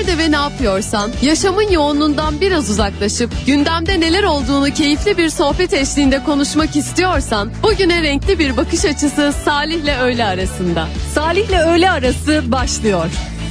Nerede ve ne yapıyorsan, yaşamın yoğunluğundan biraz uzaklaşıp gündemde neler olduğunu keyifli bir sohbet eşliğinde konuşmak istiyorsan, bugüne renkli bir bakış açısı Salih'le öğle arasında. Salih'le öğle arası başlıyor.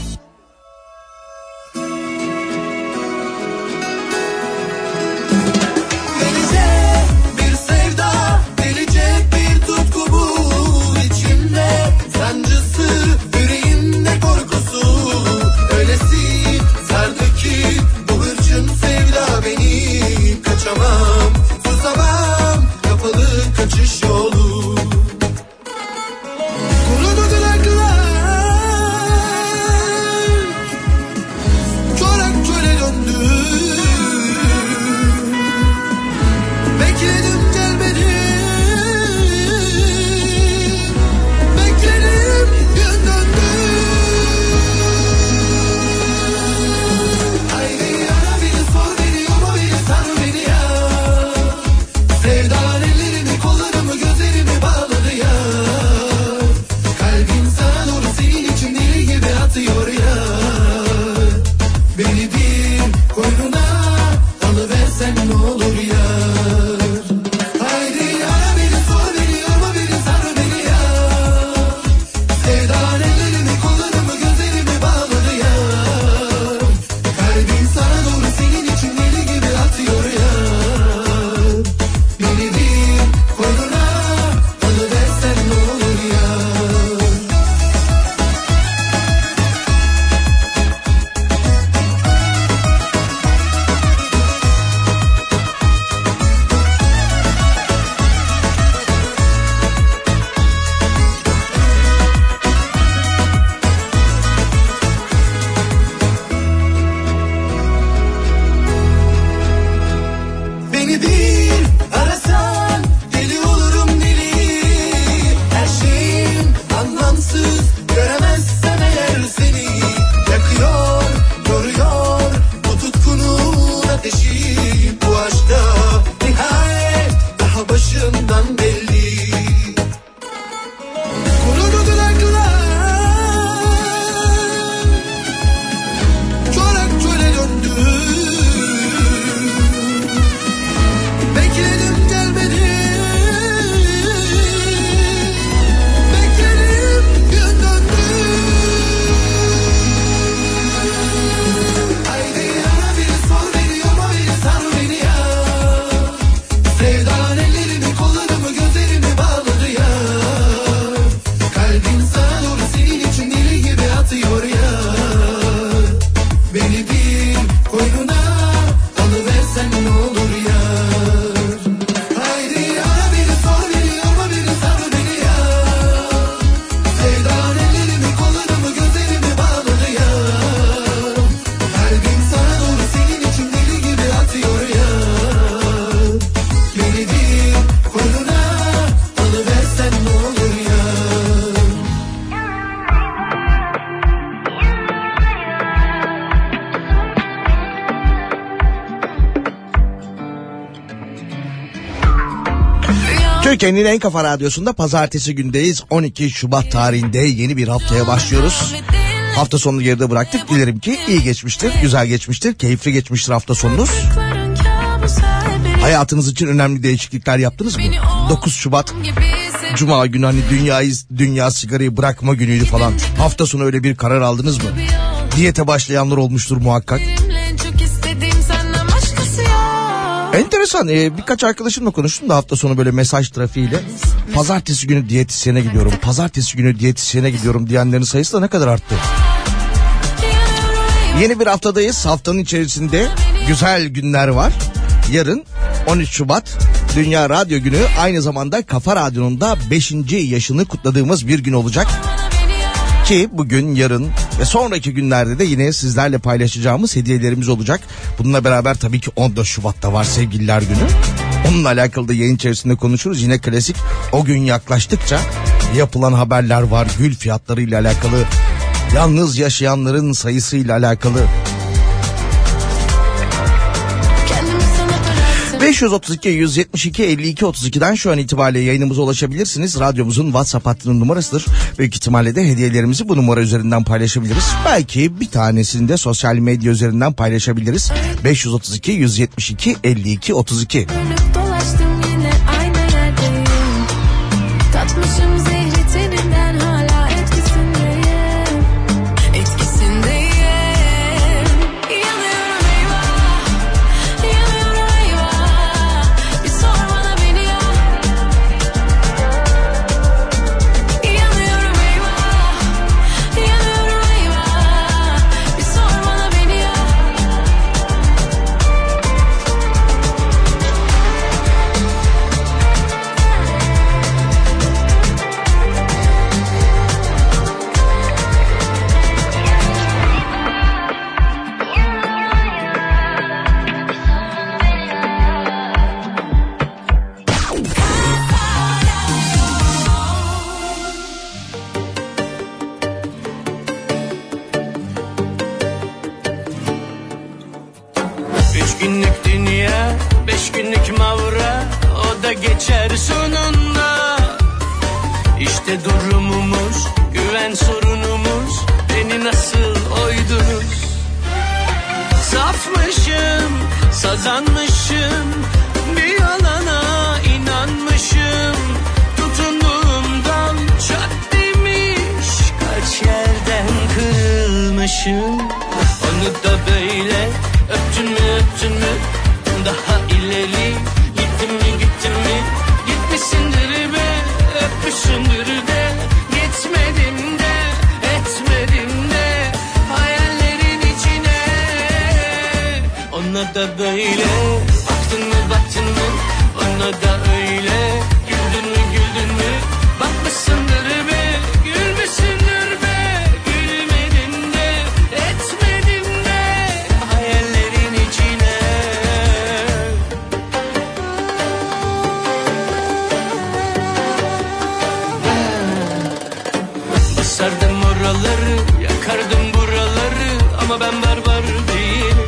Türkiye'nin en kafa radyosunda pazartesi gündeyiz. 12 Şubat tarihinde yeni bir haftaya başlıyoruz. Hafta sonunu geride bıraktık. Dilerim ki iyi geçmiştir, güzel geçmiştir, keyifli geçmiştir hafta sonunuz. Hayatınız için önemli değişiklikler yaptınız mı? 9 Şubat Cuma günü, hani dünya sigarayı bırakma günüydü falan. Hafta sonu öyle bir karar aldınız mı? Diyete başlayanlar olmuştur muhakkak. Enteresan, birkaç arkadaşımla konuştum da hafta sonu böyle mesaj trafiğiyle. Pazartesi günü diyetisyene gidiyorum, pazartesi günü diyetisyene gidiyorum diyenlerin sayısı da ne kadar arttı. Yeni bir haftadayız. Haftanın içerisinde güzel günler var. Yarın 13 Şubat Dünya Radyo Günü, aynı zamanda Kafa Radyo'nun da 5. yaşını kutladığımız bir gün olacak. Ki bugün, yarın ve sonraki günlerde de yine sizlerle paylaşacağımız hediyelerimiz olacak. Bununla beraber tabii ki 14 Şubat'ta var Sevgililer Günü. Onunla alakalı da yayın içerisinde konuşuruz. Yine klasik, o gün yaklaştıkça yapılan haberler var. Gül fiyatlarıyla alakalı, yalnız yaşayanların sayısıyla alakalı. Ve 532 172 52 32'den şu an itibariyle yayınımıza ulaşabilirsiniz. Radyomuzun WhatsApp hattının numarasıdır. Büyük ihtimalle de hediyelerimizi bu numara üzerinden paylaşabiliriz. Belki bir tanesini de sosyal medya üzerinden paylaşabiliriz. 532 172 52 32. Dolaştım yine aynı yerdeyim. Tatmışım zehri teninden hala etkisindeyim. Etkisindeyim. Yanıyorum eyvah. Yanıyorum eyvah. Bir sor bana beni ya. Yanıyorum eyvah. Yanıyorum eyvah. Bir sor bana beni ya. Üç günlük dünya, 5 günlük mavra, o da geçer sonunda. İşte durumumuz, güven sorunumuz, beni nasıl oydunuz? Safmışım, sazanmışım, bir yalana inanmışım. Tutunduğum dal çat demiş, kaç yerden kırılmışım. Onu da böyle öptün mü, daha ileri gittin mi, gitmişsindir be, öpmüşsündür de, gitmedim de, etmedim de, hayallerin içine. Ona da böyle baktın mı, ona da öyle güldün mü, bakmışsındır be, gülmüşsündür be, gülmedim de, etmedim de, hayallerin içine. Basardım oraları, yakardım buraları, ama ben barbar değilim.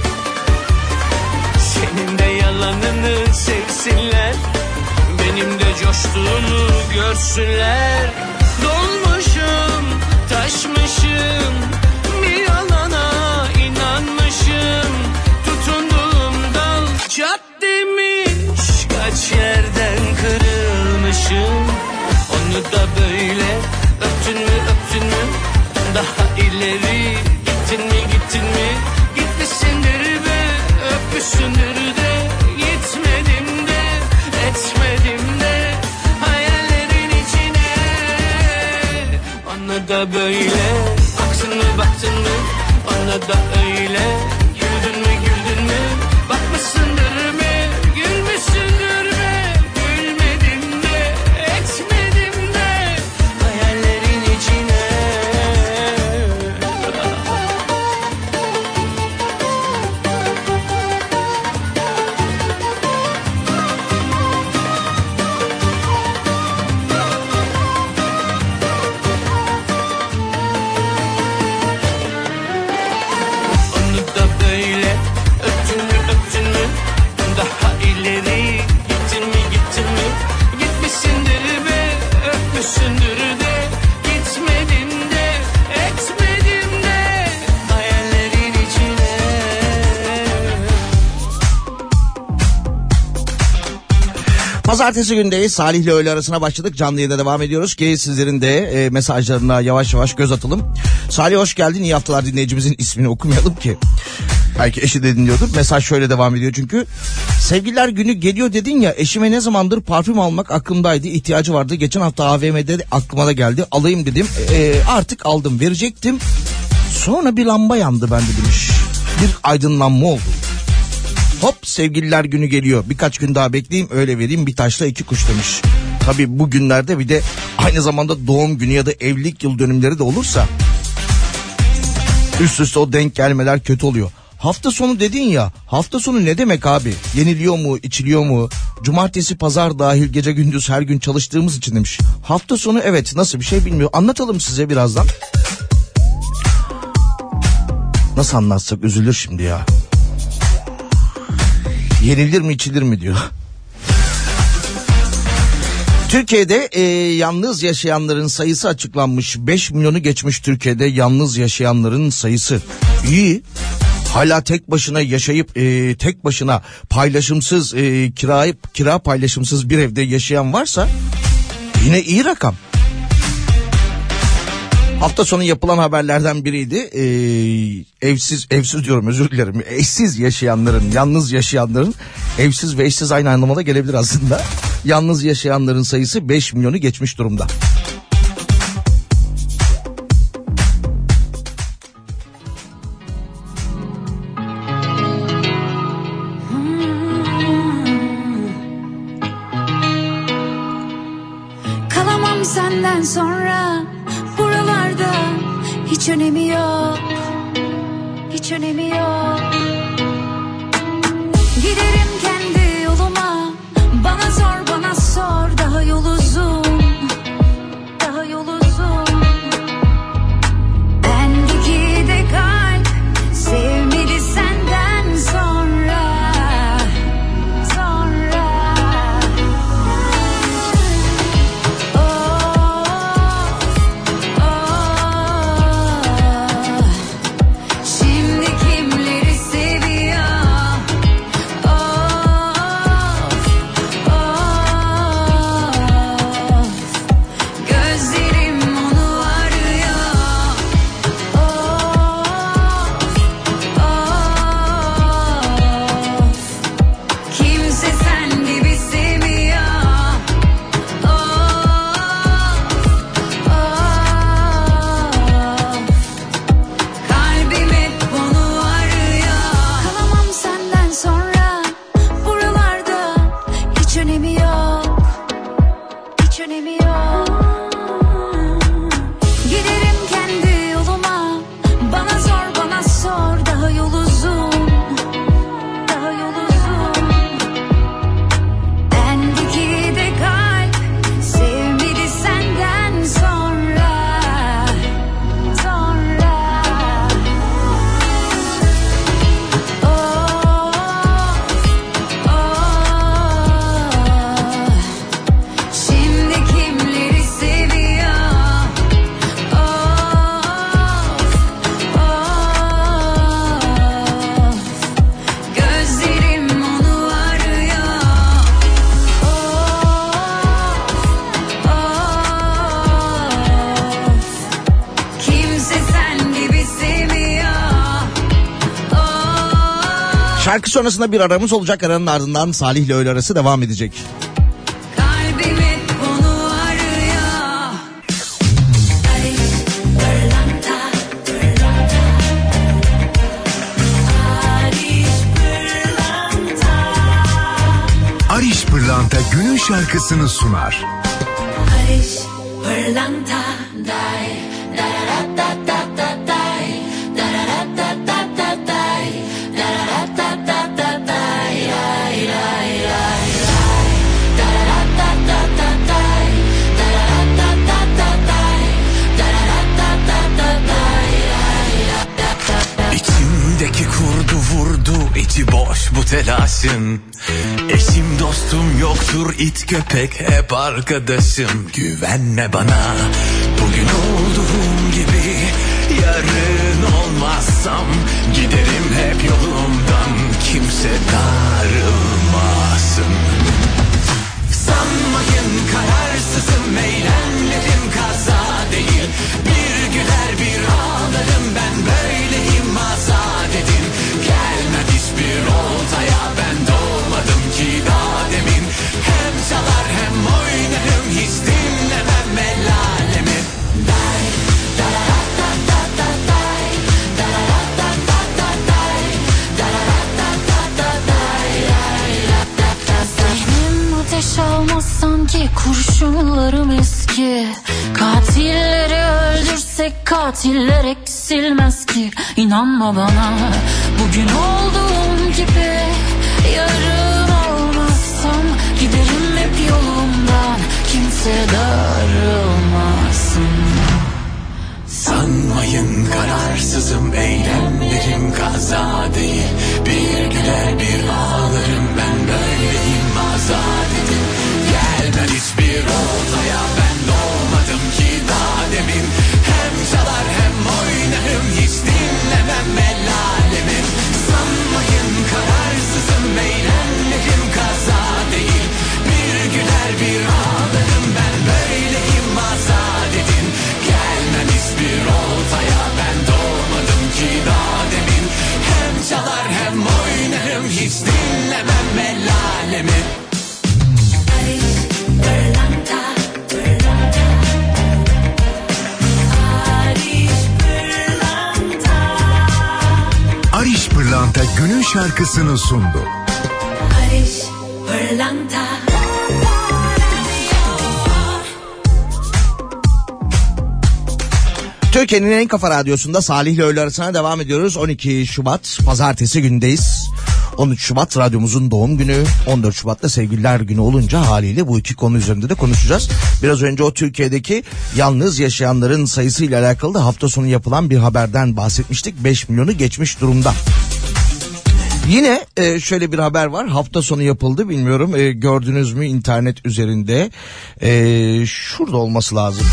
Senin de yalanını sevsinler, benim de coştuğumu görsünler. Dolmuşum, taşmışım, bir yalana inanmışım. Tutunduğum dal çat demiş, kaç yerden kırılmışım. Onu da böyle öptün mü, daha ileri gittin mi, gitmişsindir be, öpmüşsündür de, gitmedim de, etmedim de, hayallerin içine. Ona da böyle baktın mı, ona da öyle güldün mü, bakmışsındır be, gülmüşsündür be, gülmedim de, etmedim de, hayallerin içine. Onu da böyle öptün mü, daha ileri gittin mi, gitmişsindir be, öpmüşsündür de, gitmedim de, etmedim de, hayallerin içine. Pazartesi gündeyiz. Salih ile öğle arasına başladık. Canlı yayına devam ediyoruz ki sizlerin de mesajlarına yavaş yavaş göz atalım. Salih hoş geldin. İyi haftalar, dinleyicimizin ismini okumayalım ki. Belki eşi de dinliyordur. Mesaj şöyle devam ediyor çünkü. Sevgililer günü geliyor dedin ya, eşime ne zamandır parfüm almak aklımdaydı. İhtiyacı vardı. Geçen hafta AVM'de de aklıma da geldi. Alayım dedim. Artık aldım, verecektim. Sonra bir lamba yandı bende demiş. Bir aydınlanma oldu. Hop, sevgililer günü geliyor. Birkaç gün daha bekleyeyim, öyle vereyim, bir taşla iki kuş demiş. Tabii bu günlerde bir de aynı zamanda doğum günü ya da evlilik yıl dönümleri de olursa üst üste o denk gelmeler kötü oluyor. Hafta sonu dedin ya, hafta sonu ne demek abi? Yeniliyor mu, içiliyor mu? Cumartesi, pazar dahil gece gündüz her gün çalıştığımız için demiş. Hafta sonu evet, nasıl bir şey bilmiyor. Anlatalım size birazdan. Nasıl anlatsak, üzülür şimdi ya. Yenilir mi, içilir mi diyor. Türkiye'de yalnız yaşayanların sayısı açıklanmış. 5 milyonu geçmiş Türkiye'de yalnız yaşayanların sayısı. İyi. Hala tek başına yaşayıp tek başına paylaşımsız kira paylaşımsız bir evde yaşayan varsa yine iyi rakam. Hafta sonu yapılan haberlerden biriydi. Evsiz diyorum, özür dilerim. Eşsiz yaşayanların, yalnız yaşayanların, evsiz ve eşsiz aynı anlamda gelebilir aslında. Yalnız yaşayanların sayısı 5 milyonu geçmiş durumda. Kalamam senden sonra buralarda, hiç önemi yok, hiç önemi yok. Giderim kendi yoluma, bana sor, daha yol uzun, daha yol uzun. Bendeki de kalp sevmedi senden sonra. Şimdi kimleri seviyor? Gözlerim onu arıyor. Kimse sen gibi sevmiyor. Kalbim hep onu arıyor. Kalamam senden sonra buralarda, hiç önemi yok, hiç önemi yok. Giderim kendi yoluma, bana sor, daha yol uzun, daha yol uzun. Bendeki de kalp sevmedi senden sonra. Şimdi kimleri seviyor? Gözlerim onu arıyor. Kimse sen gibi sevmiyor. Şarkı sonrasında bir aramız olacak. Aranın ardından Salih ile öğle arası devam edecek. Kalbim hep onu arıyor. Ariş Pırlanta günün şarkısını sunar. Barış pırlanta day, dararatatatatatay, dararatatatatatay, dararatatatatatay, ay, ay, ay, ay, dararatatatatatay, dararatatatatatay, dararatatatatatay, ay, ay. İçimdeki kurdu vurdu, içi boş bu telaşın. Eşim dostum yoktur, it köpek hep arkadaşım. Güvenme bana bugün olduğum gibi, yarın olmazsam giderim hep yolumdan, kimse darılmasın. Sanmayın kararsızım, eylemlerim kaza değil. Bir güler bir ağlarım, ben böyleyim, azat edin. Gelmem hiçbir oltaya, ben doğmadım ki daha demin. Hem çalar hem oynarım, hiç dinlemem el alemi. Day, dararatatatatatay, dararatatatatatay, dararatatatatatay, ay, Zihnim ateş almaz sanki, kurşunlarım eski. Katilleri öldürsek katiller eksilmez ki. İnanma bana bugün olduğum gibi, yarın olmazsam giderim hep yolumdan, kimse darılmasın. Sanmayın kararsızım, eylemlerim kaza değil. Bir güler bir ağlarım, ben böyleyim, azat edin. Gelmem hiçbir Barış Pırlanta günün şarkısını sundu. Barış Pırlanta. Türkiye'nin en kafa radyosunda Salih ile öğle arasına devam ediyoruz. 12 Şubat pazartesi gündeyiz. 13 Şubat radyomuzun doğum günü, 14 Şubat'ta sevgililer günü olunca haliyle bu iki konu üzerinde de konuşacağız. Biraz önce o Türkiye'deki yalnız yaşayanların sayısıyla alakalı da hafta sonu yapılan bir haberden bahsetmiştik. 5 milyonu geçmiş durumda. Yine şöyle bir haber var, hafta sonu yapıldı, bilmiyorum gördünüz mü internet üzerinde, şurada olması lazım.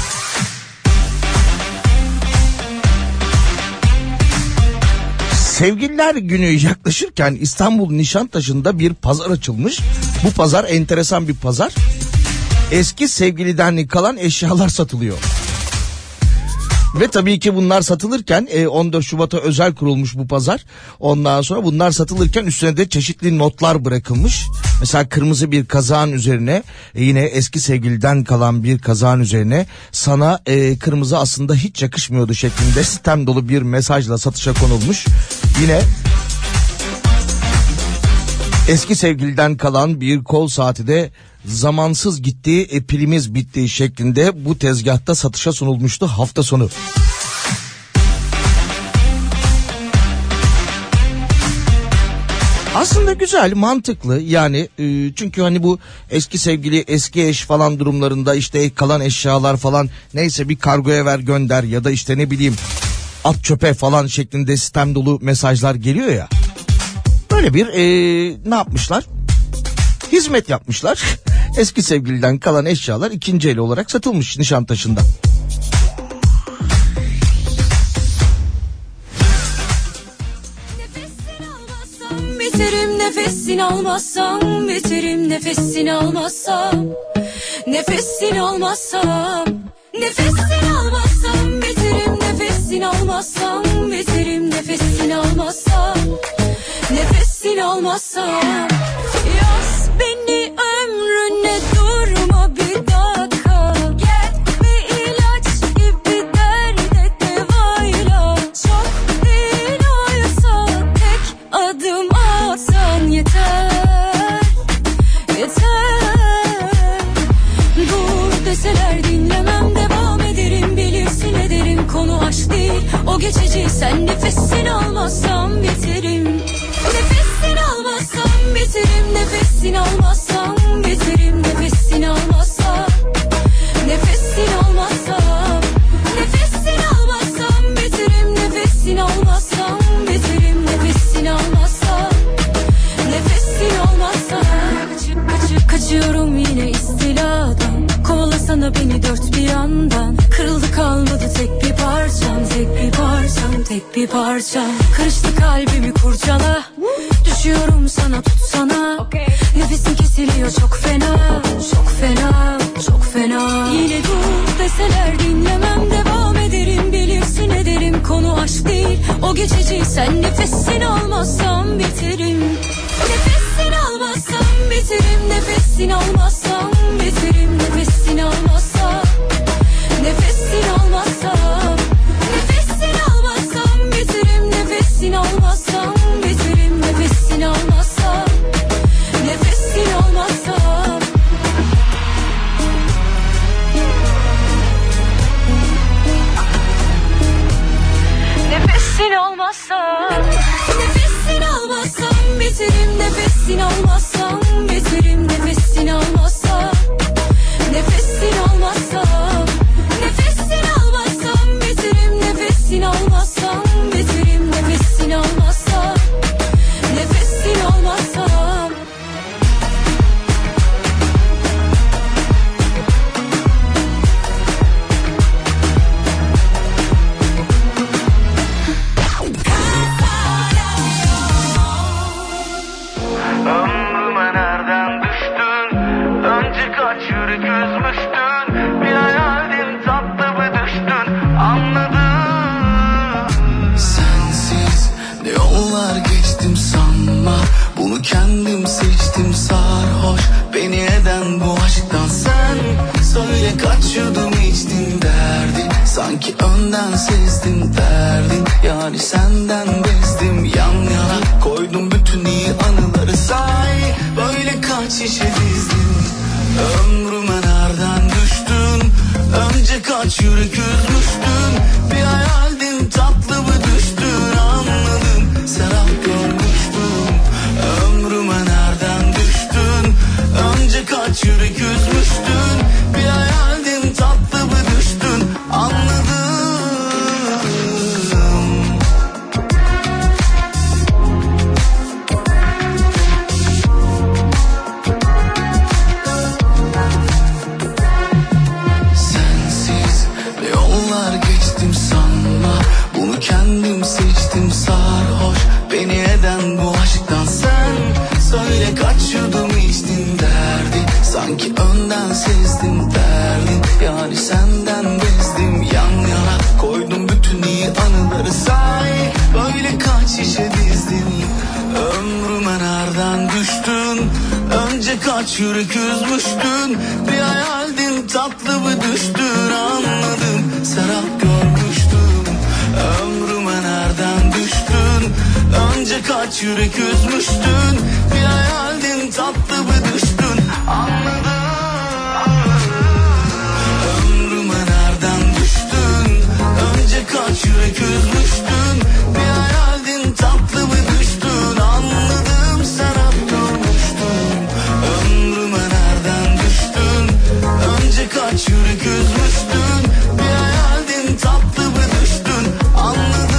Sevgililer günü yaklaşırken İstanbul Nişantaşı'nda bir pazar açılmış. Bu pazar enteresan bir pazar. Eski sevgiliden kalan eşyalar satılıyor. Ve tabii ki bunlar satılırken 14 Şubat'a özel kurulmuş bu pazar. Ondan sonra bunlar satılırken üstüne de çeşitli notlar bırakılmış. Mesela kırmızı bir kazağın üzerine yine eski sevgiliden kalan bir kazağın üzerine sana kırmızı aslında hiç yakışmıyordu şeklinde sistem dolu bir mesajla satışa konulmuş. Yine eski sevgiliden kalan bir kol saati de zamansız gitti, pilimiz bitti şeklinde bu tezgahta satışa sunulmuştu hafta sonu. Aslında güzel, mantıklı yani çünkü hani bu eski sevgili, eski eş falan durumlarında işte kalan eşyalar falan neyse bir kargoya ver gönder ya da işte ne bileyim at çöpe falan şeklinde sistem dolu mesajlar geliyor ya. Böyle bir ne yapmışlar? Hizmet yapmışlar. Eski sevgiliden kalan eşyalar ikinci el olarak satılmış Nişantaşı'nda. Biterim nefesini almazsam, biterim nefesini almazsam, nefesini almazsam, nefesini almazsam, biterim nefesini almazsam, biterim nefesini almazsam, nefesini almazsam. Yaz beni ömrüne, durma bir dakika, gel bir ilaç gibi derde devayla. Çok değil oysa tek adım atsan yeter, yeter. Dur deseler dinlemem, devam ederim, bilirsin ederim, konu aşk değil o geçici. Sen nefesini almazsam biterim, nefesini almazsam biterim, nefesini almazsam biterim, nefesini almazsam, nefesini almazsam, nefesini almazsam biterim, nefesini almazsam biterim, nefesini almazsam, nefesini almazsam. Kaçıyorum yine istiladan, kovalasana beni dört bir yandan. Kırıldı kalmadı tek bir parçam, tek bir parçam, tek bir parçam. Karıştı kalbimi kurcala, düşüyorum sana, tutsana. Nefesim kesiliyor çok fena, çok fena, çok fena. Yine dur deseler dinlemem, devam ederim, bilirsin ederim, konu aşk değil o geçici. Sen nefesini almazsam biterim, nefesini almazsam biterim, nefesini almazsam biterim, nefesini almazsam, nefesini almazsam, nefesini almazsam biterim, nefesini almazsam biterim, nefesini almazsam, nefesini almazsam. Nefesini almazsam, nefesini almazsam biterim, nefesini almazsam biterim, nefesini almazsam, nefesini almazsam, nefesini almazsam biterim, nefesini almazsam biterim, nefesini almazsam, nefesini almazsam. Ömrüme nereden düştün? Önce kaç yürek üzmüştün? Bir hayalin tatlı mı düştün? Anladım. Sensiz ne yollar geçtim sanma, bunu kendim seçtim sarhoş beni eden bu aşktan. Sen söyle kaç yudum içtin derdi, sanki önden sezdim derdin, yani senden bezdim. Yalnız koydum bütün iyi anıları say. Böyle kaç şişe dizdin, ömrüme nereden düştün? Önce kaç yürek üzmüştün, bir hayaldin tatlı mı düştün? Anladım, serap görmüştüm, ömrüme nereden düştün? Önce kaç yürek üzmüştün, bir hayaldin tatlı mı düştün? Anladım. Sensiz ne yollar geçtim sanma, bunu kendim seçtim sarhoş beni eden bu aşktan. Sen söyle kaç yudum içtin derdi, sanki önden sezdim derdin. Yani senden bezdim, yan yana koydum bütün iyi anıları say. Böyle kaç şişe dizdin, ömrüme nereden düştün? Önce kaç yürek üzmüştün, bir hayaldin tatlı mı düştün? Anladım, serap görmüştüm, ömrüme nereden düştün? Önce kaç yürek üzmüştün, bir hayaldin tatlı mı düştün? Anladım. Ömrüme nereden düştün? Önce kaç yürek üzmüştün, bir hayaldin tatlı mı düştün? Anladım, serap görmüştüm, ömrüme nereden düştün? Önce kaç yürek üzmüştün, bir hayaldin tatlı mı düştün? Anladım.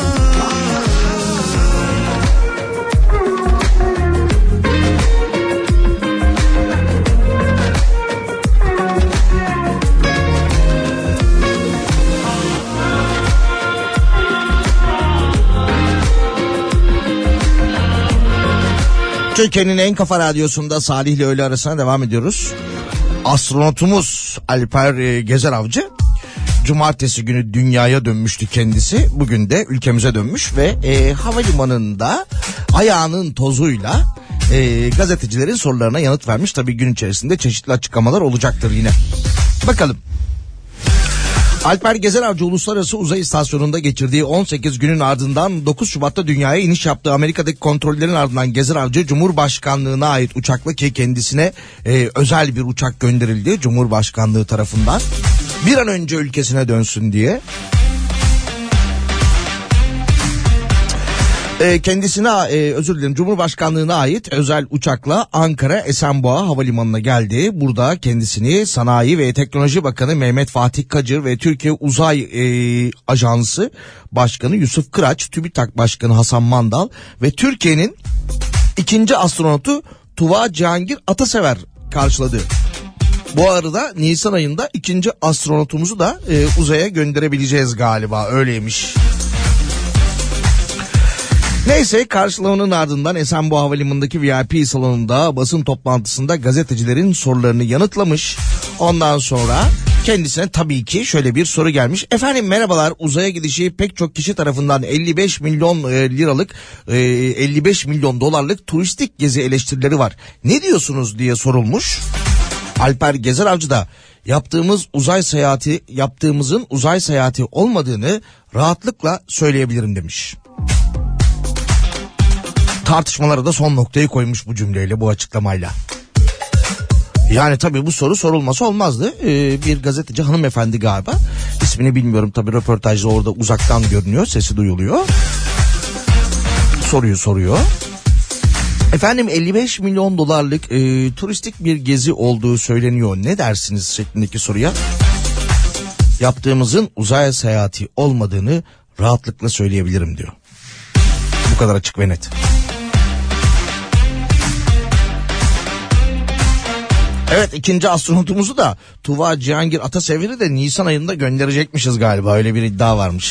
Türkiye'nin en kafa radyosunda Salih ile öğle arasına devam ediyoruz. Astronotumuz Alper Gezer Avcı cumartesi günü dünyaya dönmüştü kendisi. Bugün de ülkemize dönmüş ve havalimanında ayağının tozuyla gazetecilerin sorularına yanıt vermiş. Tabii gün içerisinde çeşitli açıklamalar olacaktır yine. Bakalım. Alper Gezer Avcı Uluslararası Uzay İstasyonu'nda geçirdiği 18 günün ardından 9 Şubat'ta dünyaya iniş yaptığı Amerika'daki kontrollerin ardından Gezer Avcı Cumhurbaşkanlığına ait uçakla, ki kendisine özel bir uçak gönderildi Cumhurbaşkanlığı tarafından, bir an önce ülkesine dönsün diye. Kendisine özür dilerim Cumhurbaşkanlığına ait özel uçakla Ankara Esenboğa Havalimanı'na geldi. Burada kendisini Sanayi ve Teknoloji Bakanı Mehmet Fatih Kacır ve Türkiye Uzay Ajansı Başkanı Yusuf Kıraç, TÜBİTAK Başkanı Hasan Mandal ve Türkiye'nin ikinci astronotu Tuva Cihangir Atasever karşıladı. Bu arada Nisan ayında ikinci astronotumuzu da uzaya gönderebileceğiz galiba, öyleymiş. Neyse, karşılamanın ardından Esenboğa Havalimanı'ndaki VIP salonunda basın toplantısında gazetecilerin sorularını yanıtlamış. Ondan sonra kendisine tabii ki şöyle bir soru gelmiş. Efendim merhabalar, uzaya gidişi pek çok kişi tarafından 55 milyon liralık 55 milyon dolarlık turistik gezi eleştirileri var. Ne diyorsunuz diye sorulmuş. Alper Gezer Avcı da yaptığımızın uzay seyahati olmadığını rahatlıkla söyleyebilirim demiş. Tartışmalara da son noktayı koymuş bu cümleyle, bu açıklamayla. Yani tabii bu soru sorulması olmazdı. Bir gazeteci hanımefendi galiba, ismini bilmiyorum tabii, röportajda orada uzaktan görünüyor, sesi duyuluyor. Soruyu soruyor. Efendim 55 milyon dolarlık turistik bir gezi olduğu söyleniyor. Ne dersiniz şeklindeki soruya yaptığımızın uzay seyahati olmadığını rahatlıkla söyleyebilirim diyor. Bu kadar açık ve net. Evet, ikinci astronotumuzu da Tuva Cihangir Atasever'i de Nisan ayında gönderecekmişiz galiba, öyle bir iddia varmış.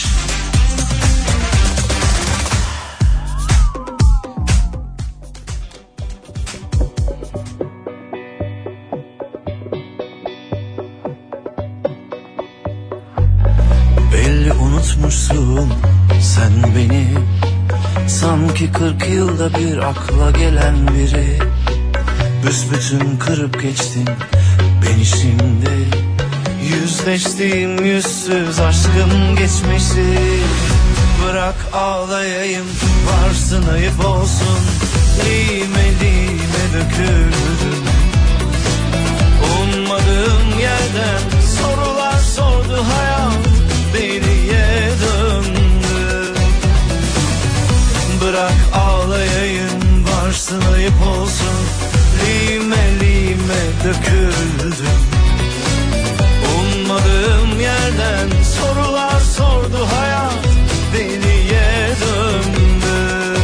Belli unutmuşsun sen beni, sanki 40 yılda bir akla gelen biri. Büsbütün kırıp geçtin beni şimdi. Yüzleştiğim yüzsüz aşkın geçmişi. Bırak ağlayayım, varsın ayıp olsun. Lime lime döküldüm. Ummadığım yerden sorular sordu hayat, deliye döndü. Bırak ağlayayım, varsın ayıp olsun. Lime lime döküldüm. Ummadığım yerden sorular sordu hayat, deliye döndüm.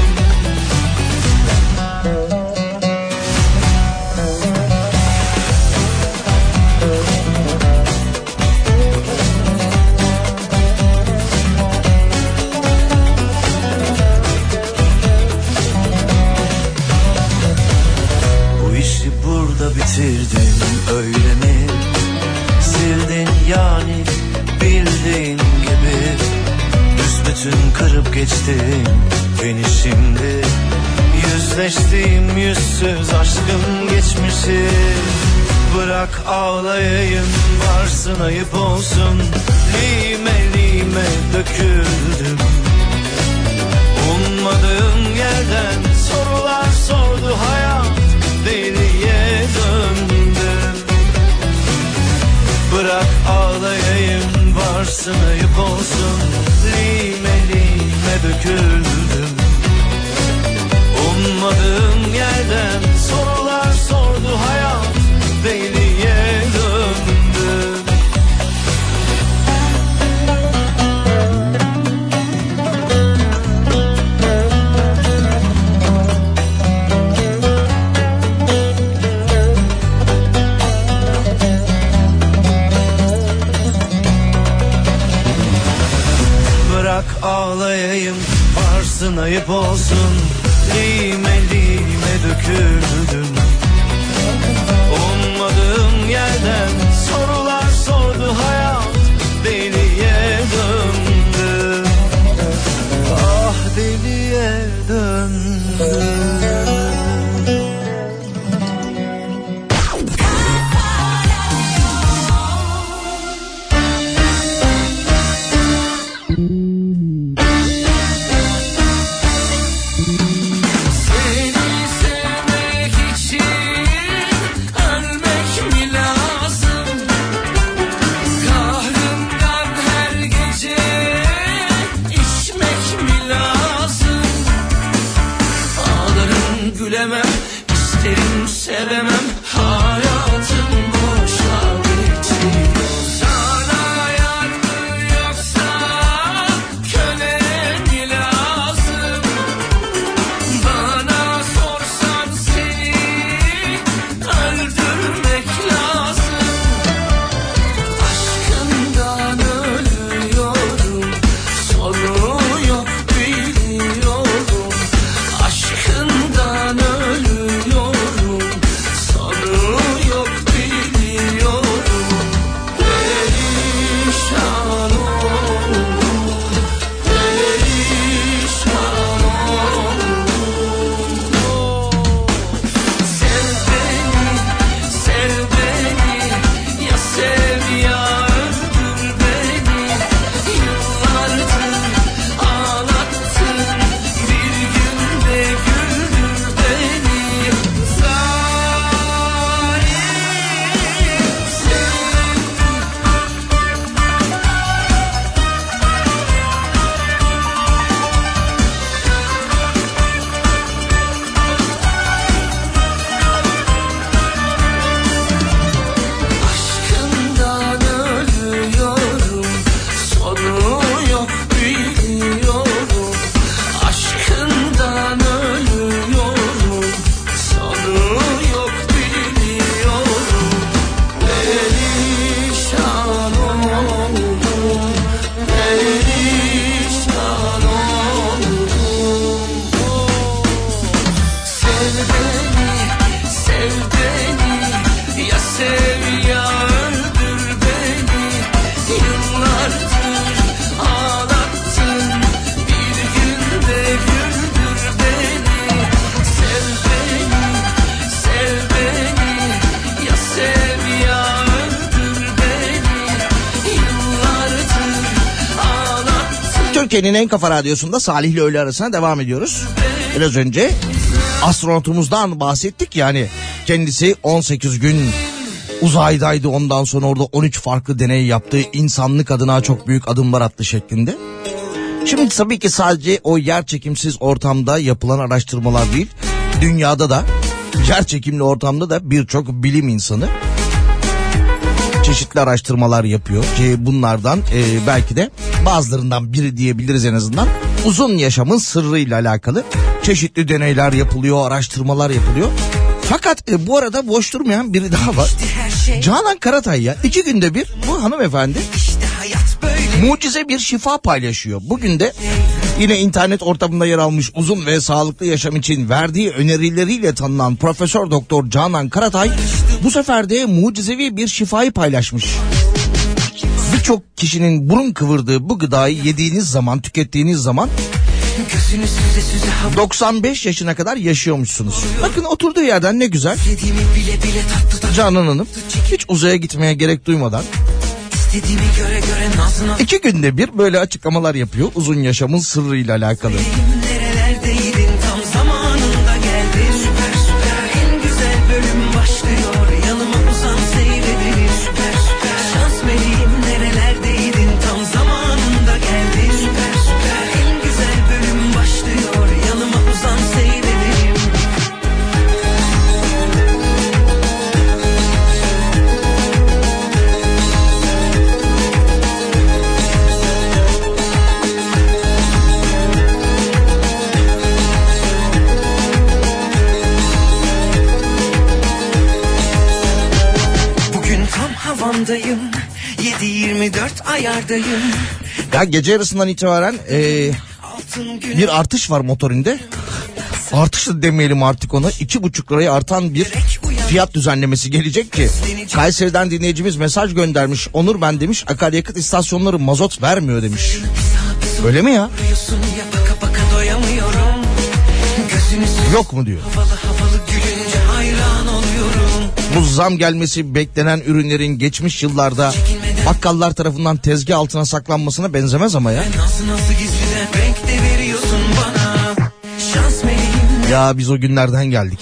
Bu işi burada bitirdin öyle mi? Sildin yani bildiğin gibi. Büsbütün kırıp geçtin beni şimdi. Yüzleştiğim yüzsüz aşkın geçmişi. Bırak ağlayayım, varsın ayıp olsun. Lime lime döküldüm. Ummadığım yerden sorular sordu hayat, deliye döndüm. Bırak ağlayayım, varsın ayıp olsun. Lime lime döküldüm. Ummadığım yerden sorular sordu hayat, deliye döndüm. Bırak ağlayayım, varsın ayıp olsun. Lime lime döküldüm. Ummadığım yerden sorular sordu hayat, deliye döndüm. Ah deliye döndüm. İsterim sevemem, hayatım boşa geçiyor. Sana yar mı yoksa köle mi lazım? Bana sorsan seni öldürmek lazım. Aşkından ölüyorum, sonu yok biliyorum. Aşkından ölüyorum, sonu yok biliyorum. Perişan oldum, perişan oldum. Sev beni, sev beni, ya sev ya öldür beni. Yıllardır ağlattın, bir günde güldür beni. Zalim sen. Aşkından ölüyorum, sonu yok biliyorum. Aşkından ölüyorum, sonu yok biliyorum. Perişan oldum, perişan oldum. Sev beni, sev beni, ya sev ya öldür beni. Yıllardır ağlattın, bir günde güldür beni. Sev beni, sev beni, ya sev ya öldür beni. Yıllardır ağlattın. Türkiye'nin en kafa radyosunda Salih ile öğle arasına devam ediyoruz. Biraz önce astronotumuzdan bahsettik, yani kendisi 18 gün uzaydaydı, ondan sonra orada 13 farklı deney yaptı, insanlık adına çok büyük adımlar attı şeklinde. Şimdi tabii ki sadece o yerçekimsiz ortamda yapılan araştırmalar değil, dünyada da yerçekimli ortamda da birçok bilim insanı çeşitli araştırmalar yapıyor ki bunlardan belki de bazılarından biri diyebiliriz en azından. Uzun yaşamın sırrıyla alakalı çeşitli deneyler yapılıyor, araştırmalar yapılıyor. Fakat bu arada boş durmayan biri daha var. Canan Karatay ya, 2 günde bir bu hanımefendi mucize bir şifa paylaşıyor. Bugün de yine internet ortamında yer almış, uzun ve sağlıklı yaşam için verdiği önerileriyle tanınan Profesör Doktor Canan Karatay bu sefer de mucizevi bir şifayı paylaşmış. Birçok kişinin burun kıvırdığı bu gıdayı yediğiniz zaman, tükettiğiniz zaman 95 yaşına kadar yaşıyormuşsunuz. Bakın oturduğu yerden ne güzel. Canan Hanım hiç uzaya gitmeye gerek duymadan 2 günde bir böyle açıklamalar yapıyor uzun yaşamın sırrıyla alakalı. Nerelerdeydin, tam zamanında geldin. Süper süper, en güzel bölüm başlıyor. Yanıma uzan, seyredelim. Süper süper, şans meleğim, nerelerdeydin, tam zamanında geldin. Süper süper, en güzel bölüm başlıyor. Yanıma uzan, seyredelim. Havandayım, 7-24 ayardayım. Ya gece yarısından itibaren bir artış var motorinde. Artış da demeyelim artık ona. 2,5 liraya artan bir fiyat düzenlemesi gelecek ki. Kayseri'den dinleyicimiz mesaj göndermiş. Onur ben demiş, akaryakıt istasyonları mazot vermiyor demiş. Öyle mi ya? Yok mu diyor. Bu zam gelmesi beklenen ürünlerin geçmiş yıllarda bakkallar tarafından tezgah altına saklanmasına benzemez ama ya. Ya biz o günlerden geldik.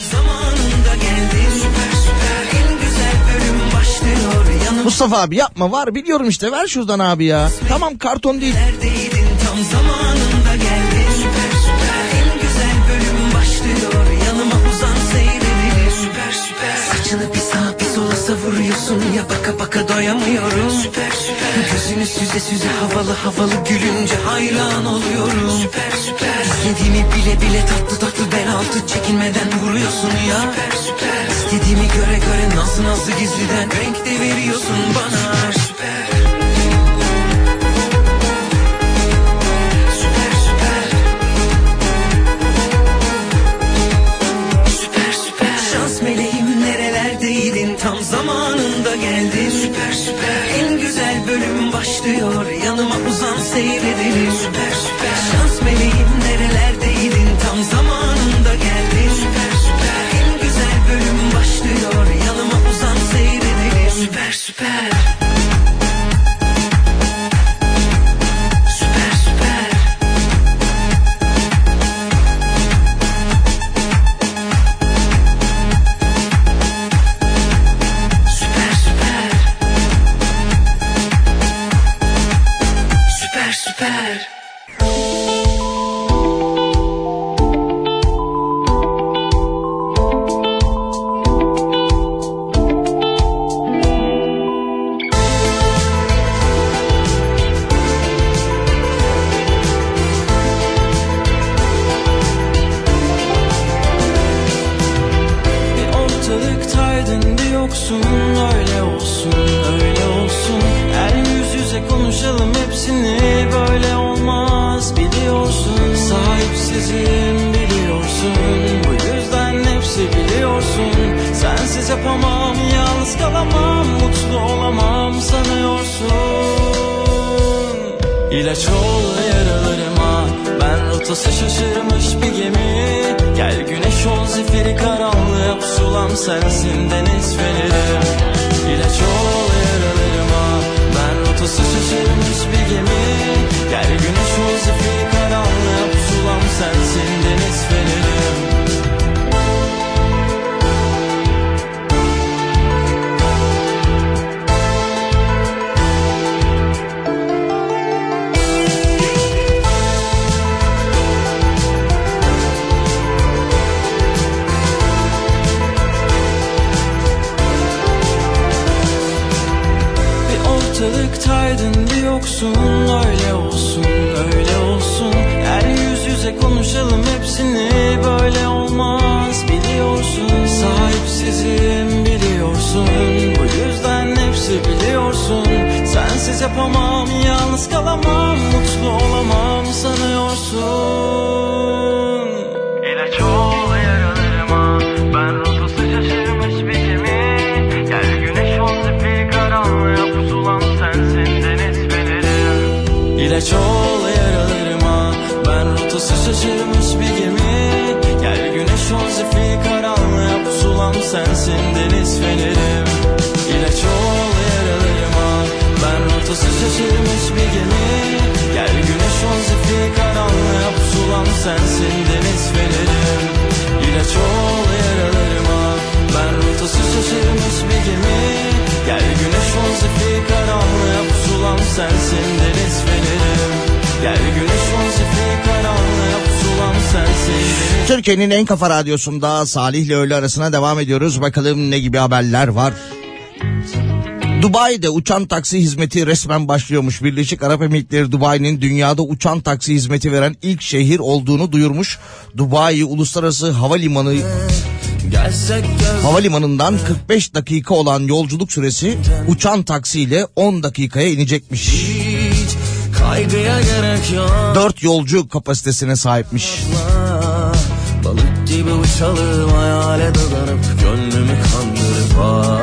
Mustafa abi yapma, var biliyorum işte, ver şuradan abi ya. Tamam, karton değil. Tam zamanında geldin. Süper süper, en güzel bölüm başlıyor. Yanıma uzan, seyredelim. Süper süper, saçını bir sağa bir sola savuruyorsun ya, baka baka doyamıyorum. Süper süper, gözünü süze süze havalı havalı gülünce hayran oluyorum. Süper süper, istediğimi bile bile tatlı tatlı bel altı çekinmeden vuruyorsun ya. Süper süper, istediğimi göre göre nazlı nazlı gizliden renk de veriyorsun bana. Süper. Tam zamanında geldin. Süper süper, en güzel bölüm başlıyor. Yanıma uzan, seyredelim. Süper süper, şans meleğim, nerelerdeydin, tam zamanında geldin. Süper süper, en güzel bölüm başlıyor. Yanıma uzan, seyredelim. Süper süper. Gel güneş ol, zifiri konuşaydın bir yoksun. Öyle olsun, öyle olsun. Gel yüz yüze konuşalım hepsini. Böyle olmaz biliyorsun. Sahipsizim biliyorsun. Bu yüzden hepsi biliyorsun. Sensiz yapamam, yalnız kalamam, mutlu olamam sanıyorsun. İlaç ol yaralarıma, ben rotası şaşırmış bir gemi. Gel güneş ol zifiri karanlığa, pusulan sensin deniz fenerim. İlaç ol yaralarıma, ben rotası şaşırmış bir gemi. Gel güneş ol zifiri karanlığa, pusulan sensin deniz fenerim. İlaç ol yaralarıma, ben rotası şaşırmış bir gemi. Gel güneş ol zifiri karanlığa, pusulan sensin deniz fenerim. İlaç ol yaralarıma, ben rotası şaşırmış bir gemi. Gel güneş ol zifiri karanlığa, pusulan sensin deniz fenerim. Gel güneş ol zifiri karanlığa, pusulan sensin deniz. Türkiye'nin en kafa radyosunda Salih ile öğle arasına devam ediyoruz. Bakalım ne gibi haberler var. Dubai'de uçan taksi hizmeti resmen başlıyormuş. Birleşik Arap Emirlikleri Dubai'nin dünyada uçan taksi hizmeti veren ilk şehir olduğunu duyurmuş. Dubai Uluslararası Havalimanı'ndan 45 dakika olan yolculuk süresi uçan taksiyle 10 dakikaya inecekmiş. 4 yolcu kapasitesine sahipmiş. Balık gibi uçalım, hayale dadanıp gönlümü kandırıp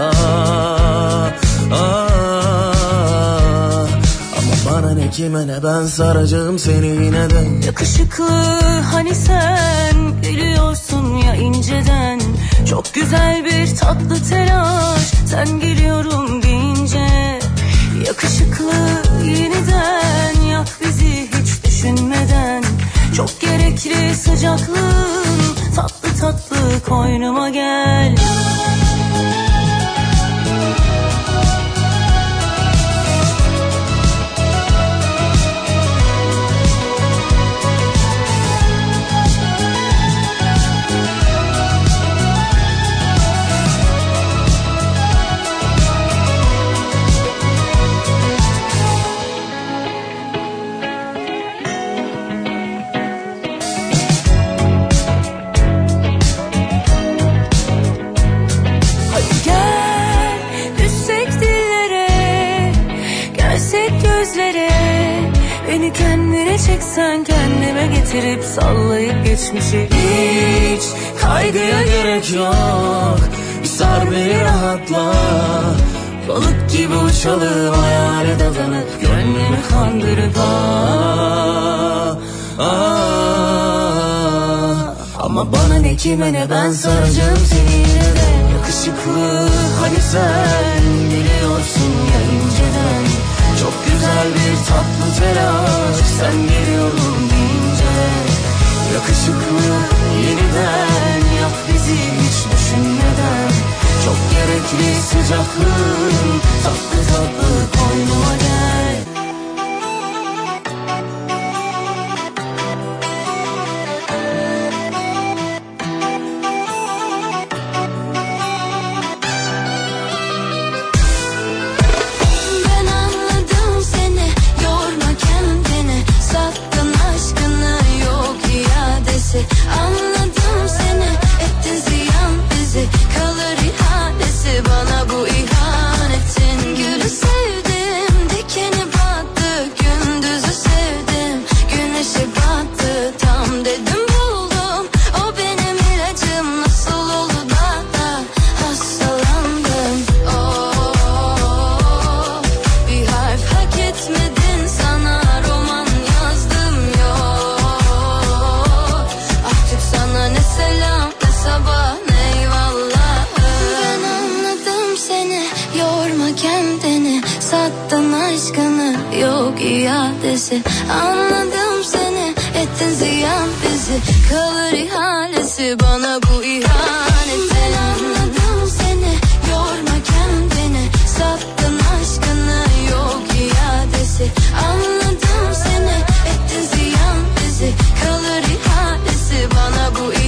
ama bana ne kime ne, ben saracağım seni yine de. Yakışıklı hani sen geliyorsun ya inceden. Çok güzel bir tatlı telaş, sen geliyorum deyince. Yakışıklı yeniden yak bizi hiç düşünmeden. Çok gerekli sıcaklığın, tatlı tatlı koynuma gel. Beni kendine çeksen, kendime getirip sallayıp geçmişi. Hiç kaygıya gerek yok, sar beni rahatla. Balık gibi uçalım, hayale dadanıp gönlümü kandırıp ama bana ne kime ne, ben saracağım seni yine de. Yakışıklı hani sen geliyorsun ya inceden. Çok güzel bir tatlı telaş, sen geliyorum deyince. Yakışıklı yeniden yak bizi hiç düşünmeden. Çok gerekli sıcaklığın, tatlı tatlı koynuma gel. Anladım seni, ettin ziyan bizi. Kalır ihanesi bana bu ihanetin. Gülü sevdim, dikeni battı. Gündüzü sevdim, güneşe battı. Tam dedim buldum, o benim ilacım. Nasıl oldu da hastalandım. Bir harf hak etmedin, sana roman yazdım yok. Sana ne selam ne sabah ne eyvallah. Ben anladım seni, yorma kendini. Sattın aşkını, yok iadesi. Anladım seni, ettin ziyan bizi. Kalır ihalesi bana bu ihanet. Ben anladım seni, yorma kendini. Sattın aşkını, yok iadesi. Anladım seni, ettin ziyan bizi. Kalır ihalesi bana bu ihanetin.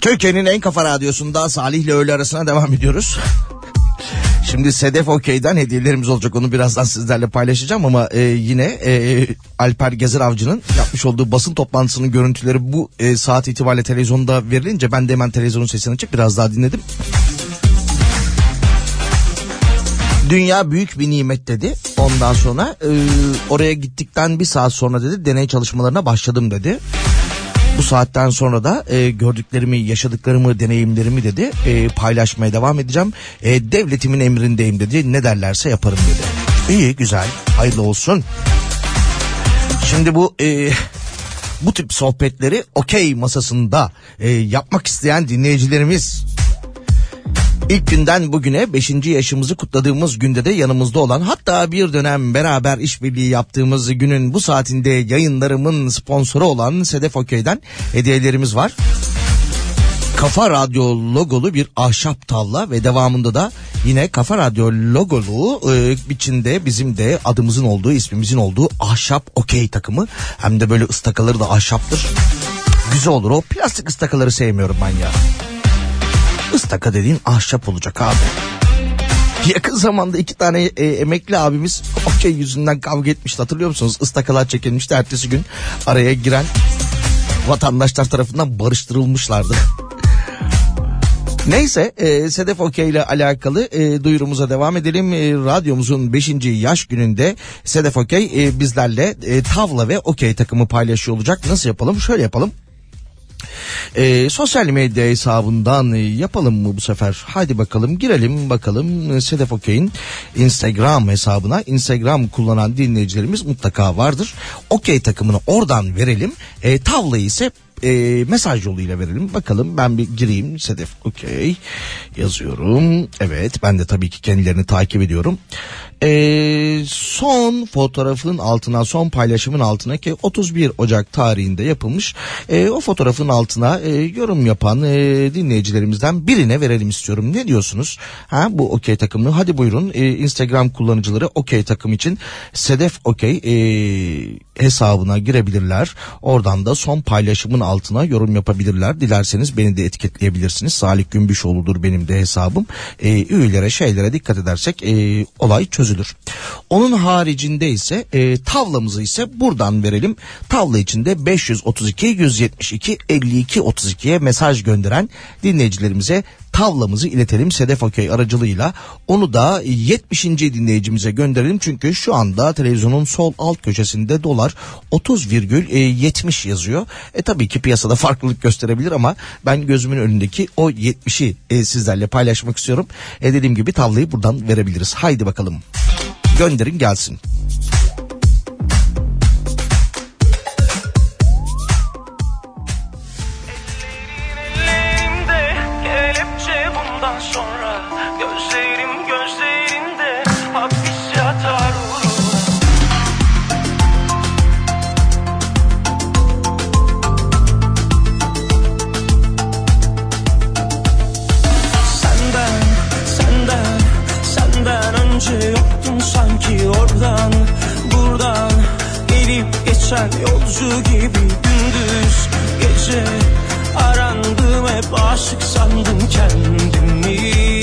Türkiye'nin en kafa radyosunda Salih ile öğle arasına devam ediyoruz. Şimdi Sedef Okey'den hediyelerimiz olacak, onu birazdan sizlerle paylaşacağım ama yine Alper Gezer Avcı'nın yapmış olduğu basın toplantısının görüntüleri bu saat itibariyle televizyonda verilince ben de hemen televizyonun sesini açıp biraz daha dinledim. Dünya büyük bir nimet dedi. Ondan sonra oraya gittikten bir saat sonra dedi deney çalışmalarına başladım dedi. Bu saatten sonra da gördüklerimi, yaşadıklarımı, deneyimlerimi dedi paylaşmaya devam edeceğim. Devletimin emrindeyim dedi. Ne derlerse yaparım dedi. İyi, güzel, hayırlı olsun. Şimdi bu tip sohbetleri okey masasında yapmak isteyen dinleyicilerimiz, İlk günden bugüne 5. yaşımızı kutladığımız günde de yanımızda olan, hatta bir dönem beraber işbirliği yaptığımız günün bu saatinde yayınlarımın sponsoru olan Sedef Okey'den hediyelerimiz var. Kafa Radyo logolu bir ahşap tavla ve devamında da yine Kafa Radyo logolu içinde bizim de adımızın olduğu, ismimizin olduğu ahşap okey takımı. Hem de böyle ıstakaları da ahşaptır. Güzel olur, o plastik ıstakaları sevmiyorum ben ya. Istaka dediğin ahşap olacak abi. Yakın zamanda 2 tane emekli abimiz okey yüzünden kavga etmişti, hatırlıyor musunuz? Istakalar çekilmişti, ertesi gün araya giren vatandaşlar tarafından barıştırılmışlardı. Neyse Sedef Okey ile alakalı duyurumuza devam edelim. Radyomuzun 5. yaş gününde Sedef Okey bizlerle tavla ve okey takımı paylaşıyor olacak. Nasıl yapalım? Şöyle yapalım. Sosyal medya hesabından yapalım mı bu sefer? Hadi bakalım, girelim bakalım Sedef Okey'in Instagram hesabına. Instagram kullanan dinleyicilerimiz mutlaka vardır. Okey takımını oradan verelim. Tavlayı ise mesaj yoluyla verelim. Bakalım, ben bir gireyim. Sedef Okey yazıyorum. Evet, ben de tabii ki kendilerini takip ediyorum. Son fotoğrafın altına, son paylaşımın altına ki 31 Ocak tarihinde yapılmış, o fotoğrafın altına yorum yapan dinleyicilerimizden birine verelim istiyorum. Ne diyorsunuz? Bu okey takımını hadi buyurun. Instagram kullanıcıları okey takım için Sedef Okey hesabına girebilirler. Oradan da son paylaşımın altına yorum yapabilirler. Dilerseniz beni de etiketleyebilirsiniz. Salih Gümbüşoğlu'dur benim de hesabım. Üyelere, şeylere dikkat edersek olay çözülür. Onun haricinde ise tavlamızı ise buradan verelim. Tavla içinde 532 172 52 32'ye mesaj gönderen dinleyicilerimize tavlamızı iletelim Sedef Okey aracılığıyla. Onu da 70. dinleyicimize gönderelim. Çünkü şu anda televizyonun sol alt köşesinde dolar 30,70 yazıyor. Tabii ki piyasada farklılık gösterebilir ama ben gözümün önündeki o 70'i sizlerle paylaşmak istiyorum. Dediğim gibi tavlayı buradan verebiliriz. Haydi bakalım. Gönderin gelsin. Yoktun sanki oradan buradan gelip geçen yolcu gibi, gündüz gece arandım, hep aşık sandım kendimi.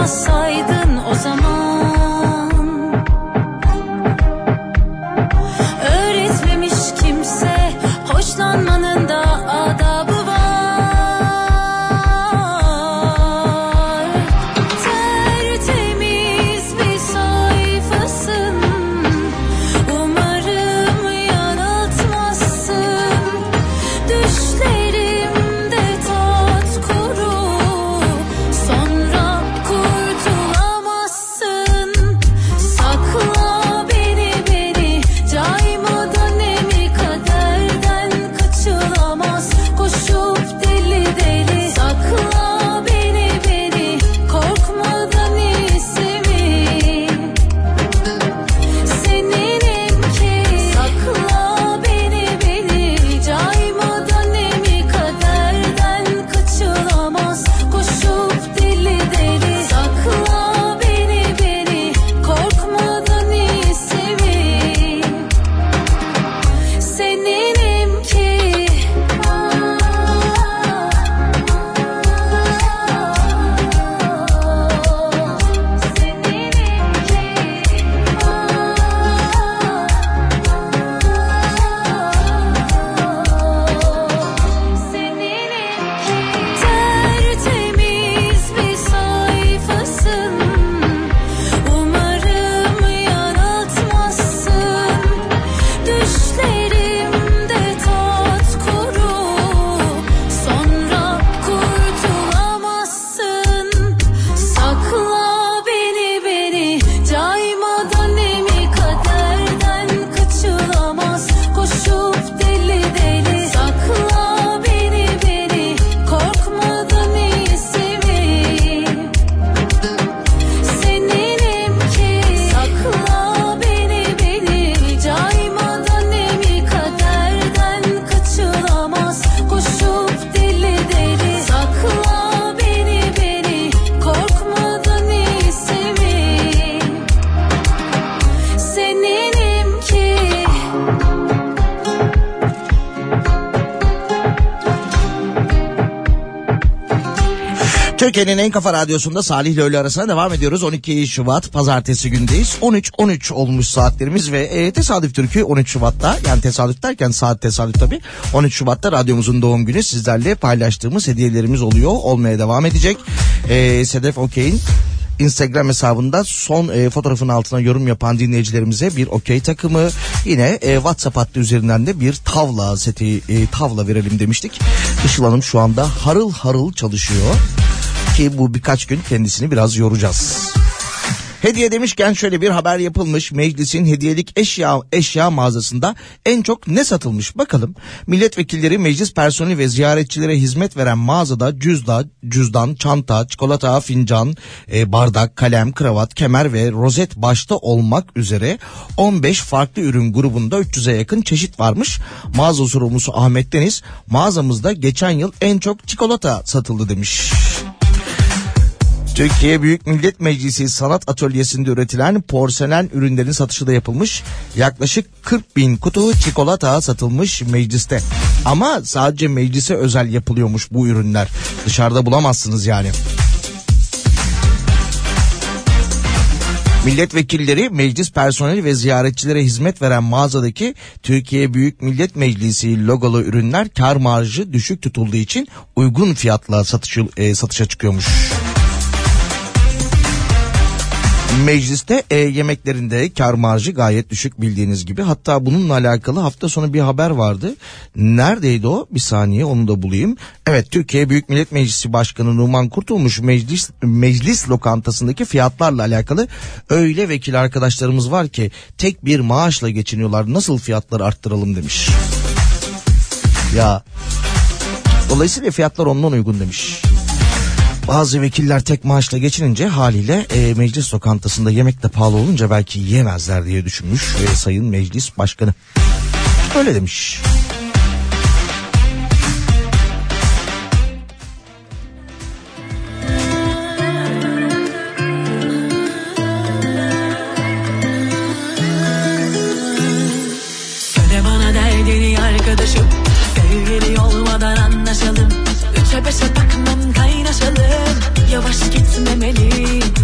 olmasaydın o zaman. Öğretmemiş kimse hoşlanmanın da adabı var. Tertemiz bir sayfasın, umarım yanıltmazsın. Düşlerimde tat kuru, sonra kurtulamazsın. Sakla beni caymadan emi kaderden kaçılamaz. Koşup deli deli sakla beni korkmadan iyisimi. Seninim ki sakla beni caymadan emi kaderden kaçılamaz. Koşup deli deli sakla beni korkmadan iyisimi. Seninim ki tertemiz bir sayfasın, umarım yanıltmazsın. Düşlerimde tat kuru, sonra kurtulamazsın. Sakla beni caymadan emi kaderden kaçılamaz. Koşup deli deli sakla beni korkmadan iyisimi. Seninim ki sakla beni caymadan emi kaderden kaçılamaz. Koşup deli deli sakla beni korkmadan iyisimi. Seninim ki. Türkiye'nin en kafa radyosunda Salih ile öğle arasına devam ediyoruz. 12 Şubat pazartesi gündeyiz. 13 olmuş saatlerimiz ve tesadüf türkü 13 Şubat'ta, yani tesadüf derken saat tesadüf tabii. 13 Şubat'ta radyomuzun doğum günü, sizlerle paylaştığımız hediyelerimiz olmaya devam edecek. Sedef Okey'in Instagram hesabında son fotoğrafın altına yorum yapan dinleyicilerimize bir okey takımı, yine WhatsApp hattı üzerinden de bir tavla seti, tavla verelim demiştik. Işıl Hanım şu anda harıl harıl çalışıyor ki bu birkaç gün kendisini biraz yoracağız. Hediye demişken şöyle bir haber yapılmış. Meclisin hediyelik eşya mağazasında en çok ne satılmış bakalım. Milletvekilleri, meclis personeli ve ziyaretçilere hizmet veren mağazada cüzdan, çanta, çikolata, fincan, bardak, kalem, kravat, kemer ve rozet başta olmak üzere 15 farklı ürün grubunda 300'e yakın çeşit varmış. Mağaza sorumlusu Ahmet Deniz, mağazamızda geçen yıl en çok çikolata satıldı demiş. Türkiye Büyük Millet Meclisi Sanat Atölyesi'nde üretilen porselen ürünlerin satışı da yapılmış. Yaklaşık 40.000 kutu çikolata satılmış mecliste. Ama sadece meclise özel yapılıyormuş bu ürünler. Dışarıda bulamazsınız yani. Milletvekilleri, meclis personeli ve ziyaretçilere hizmet veren mağazadaki Türkiye Büyük Millet Meclisi logolu ürünler kar marjı düşük tutulduğu için uygun fiyatla satışa çıkıyormuş. Mecliste yemeklerinde kar marjı gayet düşük bildiğiniz gibi. Hatta bununla alakalı hafta sonu bir haber vardı. Neredeydi o? Bir saniye onu da bulayım. Evet, Türkiye Büyük Millet Meclisi Başkanı Numan Kurtulmuş meclis lokantasındaki fiyatlarla alakalı, öyle vekil arkadaşlarımız var ki tek bir maaşla geçiniyorlar, nasıl fiyatları arttıralım demiş. Ya dolayısıyla fiyatlar ondan uygun demiş. Bazı vekiller tek maaşla geçinince haliyle meclis lokantasında yemek de pahalı olunca belki yiyemezler diye düşünmüş ve Sayın Meclis Başkanı öyle demiş. Söyle bana derdini arkadaşım, sevgili olmadan anlaşalım. 3'e 5'e takmam kaynaşalım. Yavaş gitmemeli,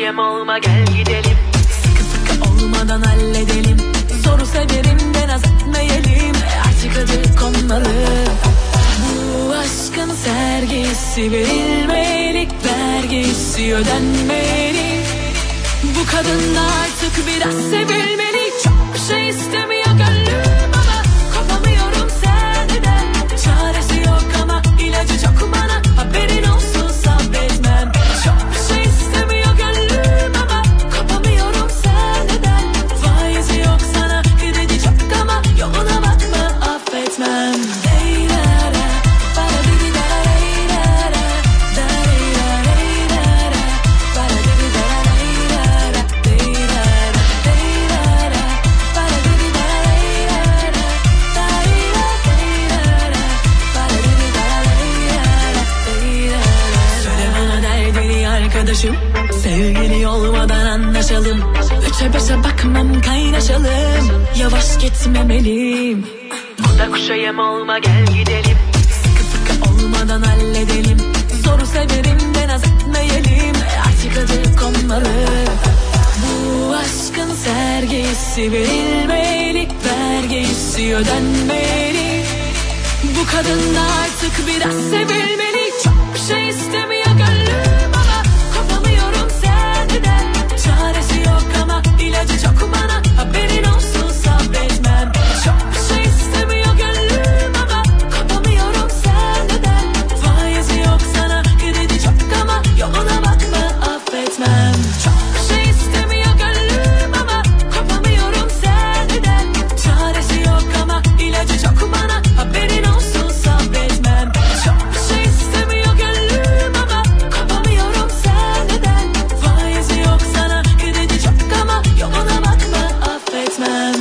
yem olma gel gidelim. Sıkı sıkı olmadan halledelim. Zoru severim de naz etmeyelim. Artık adı konmalı. Bu aşkın sergisi verilmeli. Vergisi ödenmeli. Bu kadın da artık biraz sevilmeli. Çok bir şey istemiyor gönlüm ama kopamıyorum senden. Çaresi yok ama ilacı çok bana. Haberin olsun sabretmem. Çok bir şey istemiyor gönlüm ama kopamıyorum senden. Faizi yok sana kredi çok ama yoluna bakma affetmem. Arkadaşım, sevgili olmadan anlaşalım. 3'e 5'e bakmam kaynaşalım. Yavaş gitmemeliyim. Burada kuşa yem olma gel gidelim. Sıkı sıkı olmadan halledelim. Zoru severim de naz etmeyelim. Artık adı konmalı. Bu aşkın sergisi verilmeli. Vergisi ödenmeli. Bu kadın da artık biraz sevilmeli. Çok bir şey istemiyor gönlüm. Çaresi yok ama ilacı çok bana. Haberin olsun sabretmem. Çok bir şey istemiyor gönlüm ama kopamıyorum senden. Faizi yok sana kredi çok ama yoluna bakma affetmem. Çok bir şey istemiyor gönlüm ama kopamıyorum senden. Çaresi yok ama ilacı çok bana. Haberin olsun sabretmem. Çok bir şey istemiyor gönlüm ama kopamıyorum senden. Faizi yok sana kredi çok ama yoluna bakma affetmem.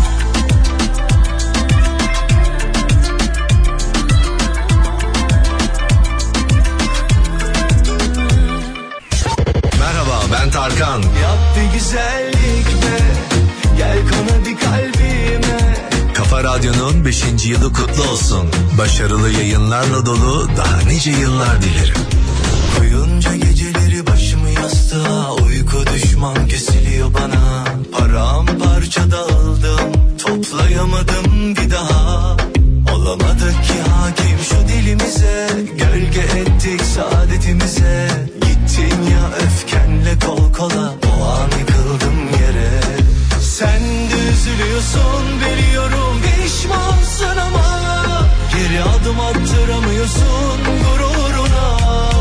Merhaba, ben Tarkan. Yap bir güzellik be. Gel konu bir kalbime. Kafa Radyo'nun 5. yılı kutlu olsun. Başarılı yayınlarla dolu daha nice yıllar dilerim. Uyunca geceleri başımı yastığa. Uyku düşman kesiliyor bana. Paramparça dağıldım. Toplayamadım bir daha. Olamadık ki hakim şu dilimize. Gölge ettik saadetimize. Gittin ya öfkenle kol kola. O an yıkıldım yere. Sen de üzülüyorsun biliyorum. Pişmansın ama geri adım attıramıyorsun gururuna.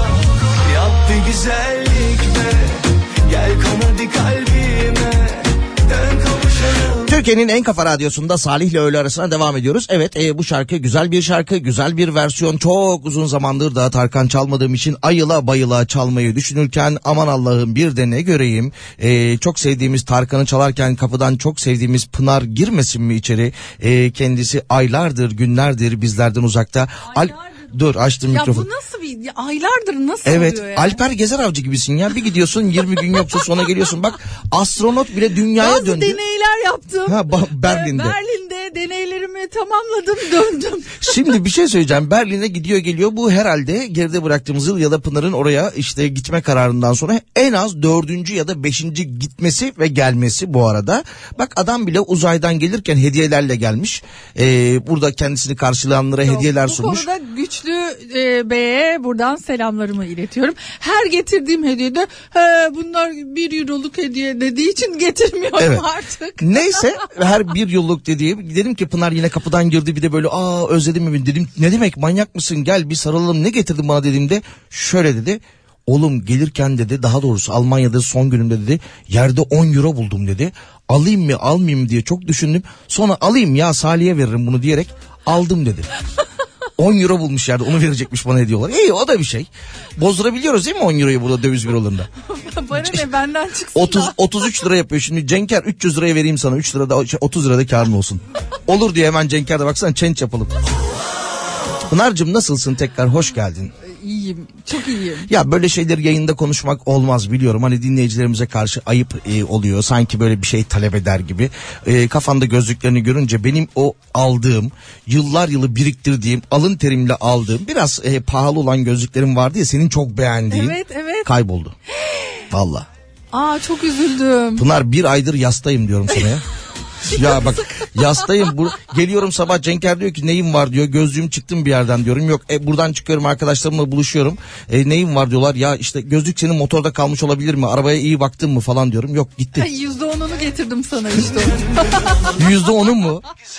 Yap bir güzellik be. Gel konu kalbime. Dön kavuşalım. Türkiye'nin en kafa radyosunda Salih ile öğle arasına devam ediyoruz. Evet bu şarkı güzel bir şarkı, güzel bir versiyon. Çok uzun zamandır da Tarkan çalmadığım için ayıla bayıla çalmayı düşünürken aman Allah'ım bir de ne göreyim. Çok sevdiğimiz Tarkan'ı çalarken kapıdan çok sevdiğimiz Pınar girmesin mi içeri? Kendisi aylardır günlerdir bizlerden uzakta. Dur açtım mikrofonu. Ya bu nasıl bir aylardır nasıl evet, oluyor ya? Alper Gezer Avcı gibisin ya. Bir gidiyorsun 20 gün yoksa sonra geliyorsun. Bak astronot bile dünyaya Bazı döndü. deneyler yaptım. Berlin'de. Berlin'de deneylerimi tamamladım döndüm. Şimdi bir şey söyleyeceğim. Berlin'e gidiyor geliyor. Bu herhalde geride bıraktığımız yıl ya da Pınar'ın oraya işte gitme kararından sonra en az 4. ya da 5. gitmesi ve gelmesi bu arada. Bak adam bile uzaydan gelirken hediyelerle gelmiş. Burada kendisini karşılayanlara hediyeler sunmuş. Bu konuda güçlü Bey'e buradan selamlarımı iletiyorum. Her getirdiğim hediyede bunlar 1 euroluk hediye dediği için getirmiyorum evet. Artık. Neyse her 1 euroluk dediği dedim ki Pınar yine kapıdan girdi bir de böyle özledim mi dedim. Ne demek manyak mısın gel bir sarılalım ne getirdin bana dediğimde şöyle dedi. Oğlum gelirken dedi daha doğrusu Almanya'da son günümde dedi yerde 10 euro buldum dedi. Alayım mı almayayım mı diye çok düşündüm. Sonra alayım ya Salih'e veririm bunu diyerek aldım dedi. 10 euro bulmuş yerde onu verecekmiş bana hediye olarak. İyi o da bir şey. Bozdurabiliyoruz değil mi 10 euroyu burada döviz bürolarında? Bana ne benden çıksın. 33 lira yapıyor şimdi Cenker 300 liraya vereyim sana 3 lirada 30 lirada karın olsun. Olur diye hemen Cenker'de baksana change yapalım. Pınar'cığım nasılsın tekrar hoş geldin. İyiyim çok iyiyim. Ya böyle şeyleri yayında konuşmak olmaz biliyorum. Hani dinleyicilerimize karşı ayıp oluyor. Sanki böyle bir şey talep eder gibi. Kafanda gözlüklerini görünce benim o aldığım yıllar yılı biriktirdiğim alın terimle aldığım biraz pahalı olan gözlüklerim vardı ya senin çok beğendiğin. Evet. Kayboldu. Vallahi. Aa çok üzüldüm. Pınar bir aydır yastayım diyorum sana ya. Ya bak yastayım. Geliyorum sabah, Cenker diyor ki neyim var diyor. Gözlüğüm çıktım bir yerden diyorum. Yok buradan çıkıyorum, arkadaşlarımla buluşuyorum. Neyim var diyorlar. Ya işte gözlük senin motorda kalmış olabilir mi? Arabaya iyi baktın mı falan diyorum. Yok gitti. %10'unu getirdim sana işte. %10'un mu?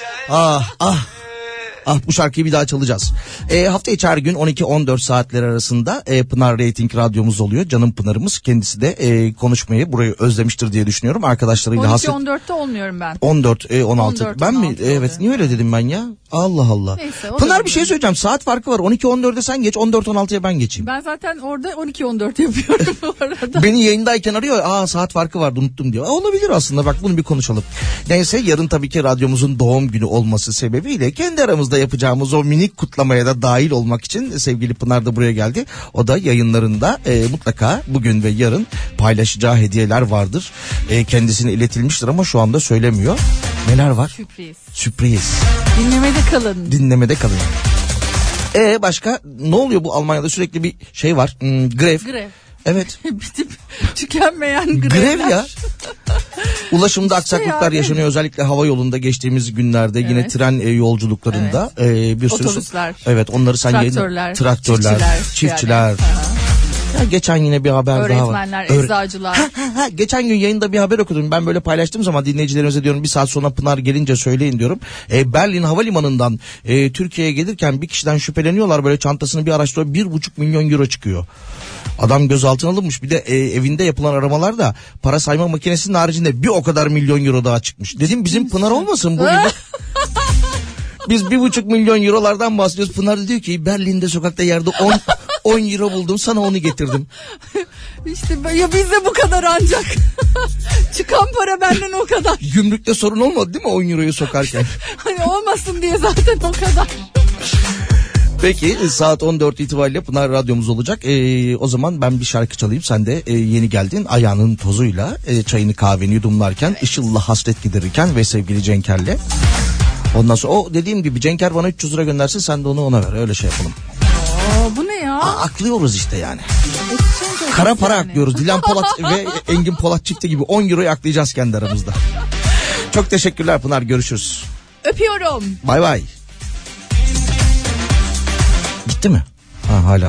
Bu şarkıyı bir daha çalacağız. Hafta içi her gün 12-14 saatler arasında Pınar Rating radyomuz oluyor. Canım Pınar'ımız. Kendisi de konuşmayı burayı özlemiştir diye düşünüyorum. Arkadaşlarıyla 12-14'te olmuyorum ben. 14-16. Ben mi? Evet. Niye öyle dedim ben ya? Allah Allah. Neyse, Pınar bir şey söyleyeceğim. Saat farkı var. 12-14'e sen geç. 14-16'ya ben geçeyim. Ben zaten orada 12-14 yapıyorum bu arada. Beni yayındayken arıyor. Saat farkı vardı, unuttum diyor. Olabilir aslında, bak bunu bir konuşalım. Neyse, yarın tabii ki radyomuzun doğum günü olması sebebiyle kendi aramızda yapacağımız o minik kutlamaya da dahil olmak için sevgili Pınar da buraya geldi. O da yayınlarında mutlaka bugün ve yarın paylaşacağı hediyeler vardır. Kendisine iletilmiştir ama şu anda söylemiyor. Neler var? Sürpriz. Dinlemede kalın. Başka ne oluyor bu Almanya'da? Sürekli bir şey var. Grev. Evet. Bitip tükenmeyen grev ya. Ulaşımda aksaklıklar yaşanıyor, özellikle hava yolunda geçtiğimiz günlerde, yine tren yolculuklarında bir sürü otobüsler. Evet, onları sen traktörler, çiftçiler. Ya geçen yine bir haber daha var. Öğretmenler, eczacılar. Geçen gün yayında bir haber okudum. Ben böyle paylaştığım zaman dinleyicilerimize diyorum bir saat sonra Pınar gelince söyleyin diyorum. Berlin Havalimanı'ndan Türkiye'ye gelirken bir kişiden şüpheleniyorlar, böyle çantasını bir araştırıyor, 1,5 milyon euro çıkıyor. Adam gözaltına alınmış. Bir de evinde yapılan aramalarda para sayma makinesinin haricinde bir o kadar milyon euro daha çıkmış. Dedim bizim Pınar olmasın bu? Biz 1,5 milyon eurolardan bahsediyoruz. Pınar da diyor ki Berlin'de sokakta yerde 10 euro buldum, sana onu getirdim. İşte ya bizde bu kadar ancak. Çıkan para benden o kadar. Gümrükte sorun olmadı değil mi 10 euroyu sokarken? Hani olmasın diye zaten o kadar. Peki saat 14 itibariyle Pınar radyomuz olacak. O zaman ben bir şarkı çalayım. Sen de yeni geldin, ayağının tozuyla çayını kahveni yudumlarken, Işıl'la hasret giderirken ve sevgili Cenker'le. Ondan sonra o dediğim gibi Cenker bana 300 lira göndersin, sen de onu ona ver, öyle şey yapalım. Bu ne ya? Aklıyoruz işte yani. Kara para aklıyoruz. Dilan Polat ve Engin Polat çifti gibi 10 euroyu aklayacağız kendi aramızda. Çok teşekkürler Pınar, görüşürüz. Öpüyorum. Bay bay. Gitti mi? Hala.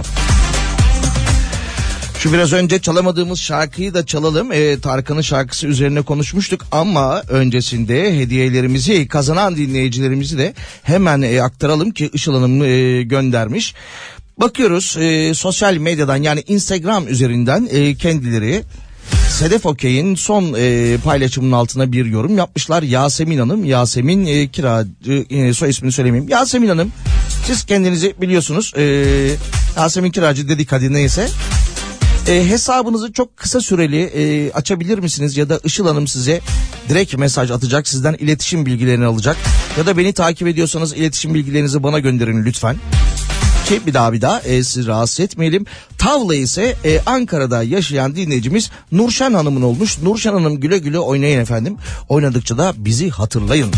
Şu biraz önce çalamadığımız şarkıyı da çalalım. Tarkan'ın şarkısı üzerine konuşmuştuk ama öncesinde hediyelerimizi kazanan dinleyicilerimizi de hemen aktaralım ki Işıl Hanım göndermiş. Bakıyoruz sosyal medyadan, yani Instagram üzerinden kendileri Sedef Okey'in son paylaşımının altına bir yorum yapmışlar. Yasemin Hanım, Yasemin Kiracı, soy ismini söylemeyeyim. Yasemin Hanım, siz kendinizi biliyorsunuz. Yasemin Kiracı dedik, hadi neyse. Hesabınızı çok kısa süreli açabilir misiniz, ya da Işıl Hanım size direkt mesaj atacak, sizden iletişim bilgilerini alacak, ya da beni takip ediyorsanız iletişim bilgilerinizi bana gönderin lütfen. Ki bir daha sizi rahatsız etmeyelim. Tavla ise Ankara'da yaşayan dinleyicimiz Nurşen Hanım'ın olmuş. Nurşen Hanım, güle güle oynayın efendim. Oynadıkça da bizi hatırlayın.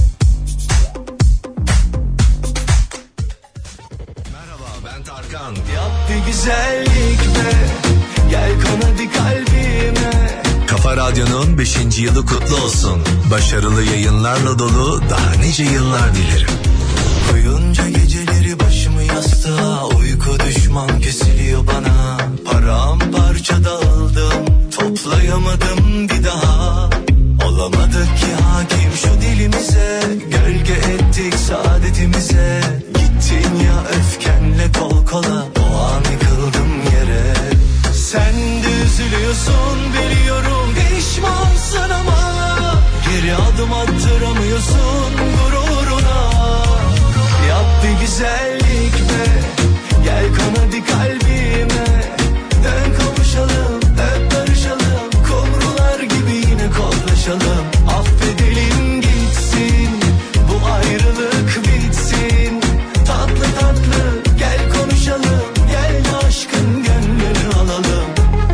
Merhaba, ben Tarkan. Yap bir güzellik be, gel kanadı kalbime. Kafa Radyo'nun 5. yılı kutlu olsun. Başarılı yayınlarla dolu daha nice yıllar dilerim. Uyunca geceleri başımı yastığa, uyku düşman kesiliyor bana. Paramparça dağıldım, toplayamadım bir daha. Olamadık ki hakim şu dilimize, gölge ettik saadetimize. Gittin ya öfkenle kol kola, o an yıkıldım yere. Sen de üzülüyorsun biliyorum, pişmansın ama geri adım attıramıyorsun gururuna. Yap bir güzellik be, gel kanadı kalbime. Dön kavuşalım, öp barışalım, kumrular gibi yine kollaşalım. Affedelim gitsin, bu ayrılık bitsin. Tatlı tatlı gel konuşalım, gel de aşkın gönlünü alalım.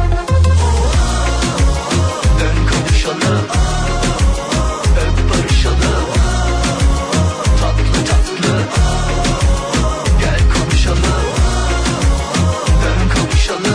Dön kavuşalım, öp barışalım. Tatlı tatlı gel konuşalım, dön kavuşalım.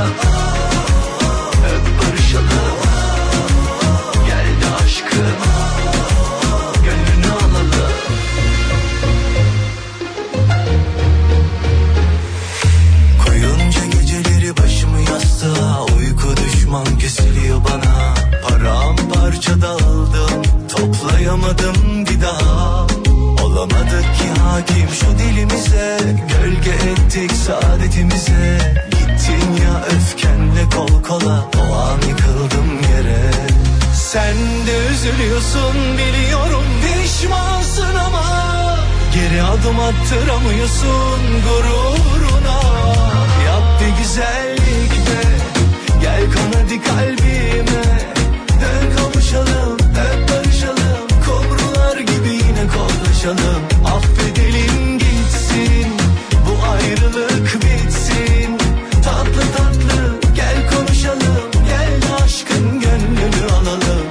olamadım bir daha. Olamadık ki hakim şu dilimize, gölge ettik saadetimize. Gittin ya öfkenle kol kola, o an yıkıldım yere. Sen de üzülüyorsun biliyorum, pişmansın ama geri adım attıramıyorsun gururuna. Yap bir güzellik be, gel kan hadi kalbime. Dön kavuşalım, hep barışalım, kumrular gibi yine kollaşalım. Affedelim gitsin, bu ayrılık bitsin. Tatlı tatlı gel konuşalım, gel aşkın gönlünü alalım.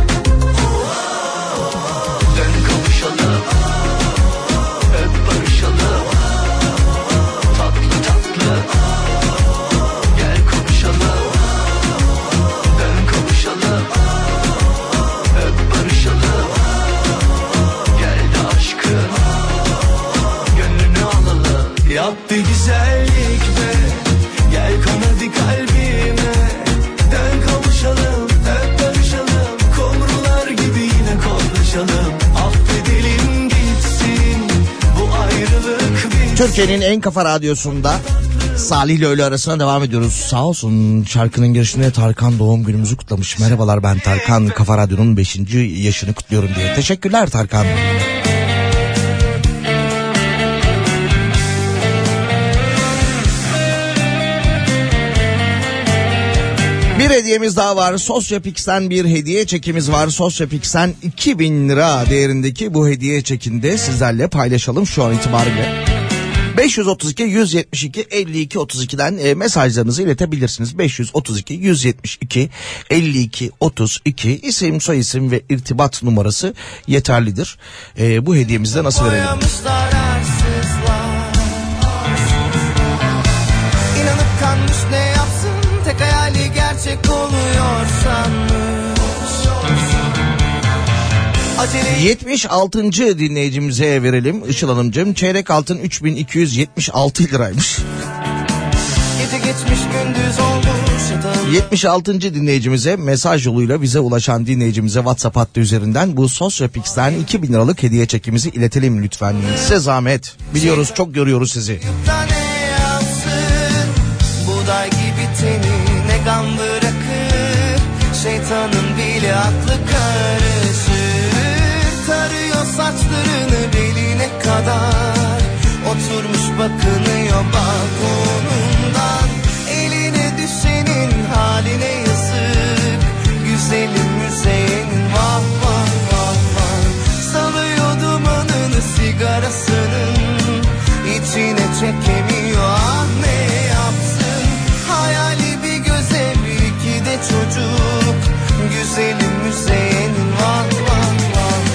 Dön kavuşalım, hep barışalım. Tatlı tatlı gel konuşalım. Dön kavuşalım, hep barışalım. Gel de aşkın gönlünü alalım. Yap bir güzellik be, gel kan hadi kalbime. Dön kavuşalım, hep barışalım, kumrular gibi yine kollaşalım. Affedelim gitsin, bu ayrılık bitsin. Türkiye'nin en kafa radyosunda Salih ile öğle arasına devam ediyoruz. Sağ olsun şarkının girişinde Tarkan doğum günümüzü kutlamış. Merhabalar, ben Tarkan, Kafa Radyo'nun 5. yaşını kutluyorum diye. Teşekkürler Tarkan. Bir hediyemiz daha var. Sosyapix'ten bir hediye çekimiz var. Sosyapix'ten 2000 lira değerindeki bu hediye çekinde sizlerle paylaşalım şu an itibariyle. 532 172 52 32'den mesajlarınızı iletebilirsiniz. 532 172 52 32 isim, soyisim ve irtibat numarası yeterlidir. Bu hediyemizi de nasıl verelim? İnanıp kanmış ne yapsın, tek hayali gerçek oluyor sanmış. 76. dinleyicimize verelim Işıl Hanımcığım. Çeyrek altın 3276 liraymış. Gece geçmiş gündüz olmuş. 76. dinleyicimize, mesaj yoluyla bize ulaşan dinleyicimize WhatsApp hattı üzerinden bu Sosyapix'ten 2000 liralık hediye çekimizi iletelim lütfen. Size zahmet. Biliyoruz, çok görüyoruz sizi. Ne yapsın, buğday gibi teni ne gam bırakır. Şeytanın bile aklı karışır. Tarıyor saçlarını beline kadar, oturmuş bakınıyor balkonundan. Eline düşenin haline yazık, güzelim Müzeyye'nin vah vah vah vah. Salıyor dumanını sigarasının, içine çekemiyor ah ne yapsın. Hayali bir göze bir iki de çocuk, güzelim Müzeyye'nin vah vah vah vah.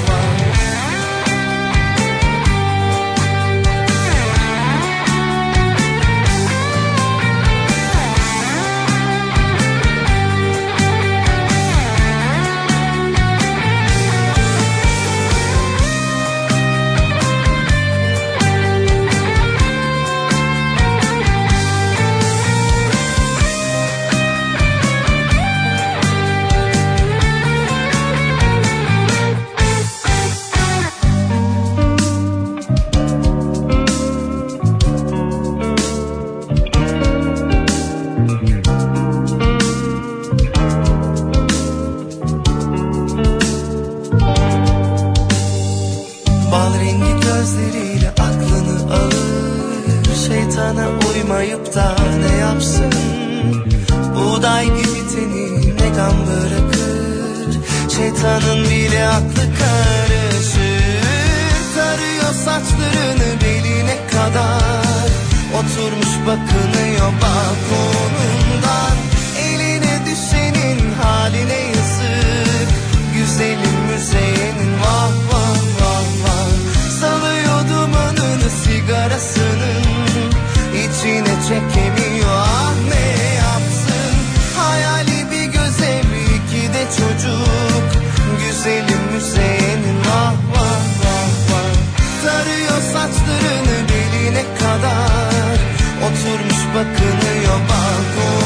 Şeytana uymayıp da ne yapsın, buğday gibi teni ne gam bırakır. Şeytanın bile aklı karışır. Tarıyor saçlarını beline kadar, oturmuş bakınıyor balkonundan. Eline düşenin haline yazık, güzelim Müzeyye'nin vah vah vah vah. Salıyor dumanını sigarasının, İçine çekemiyor ah ne yapsın. Hayali bir göze bir iki de çocuk, güzelim Müzeyye'nin vah vah vah vah. Tarıyor saçlarını beline kadar, oturmuş bakınıyor balkon.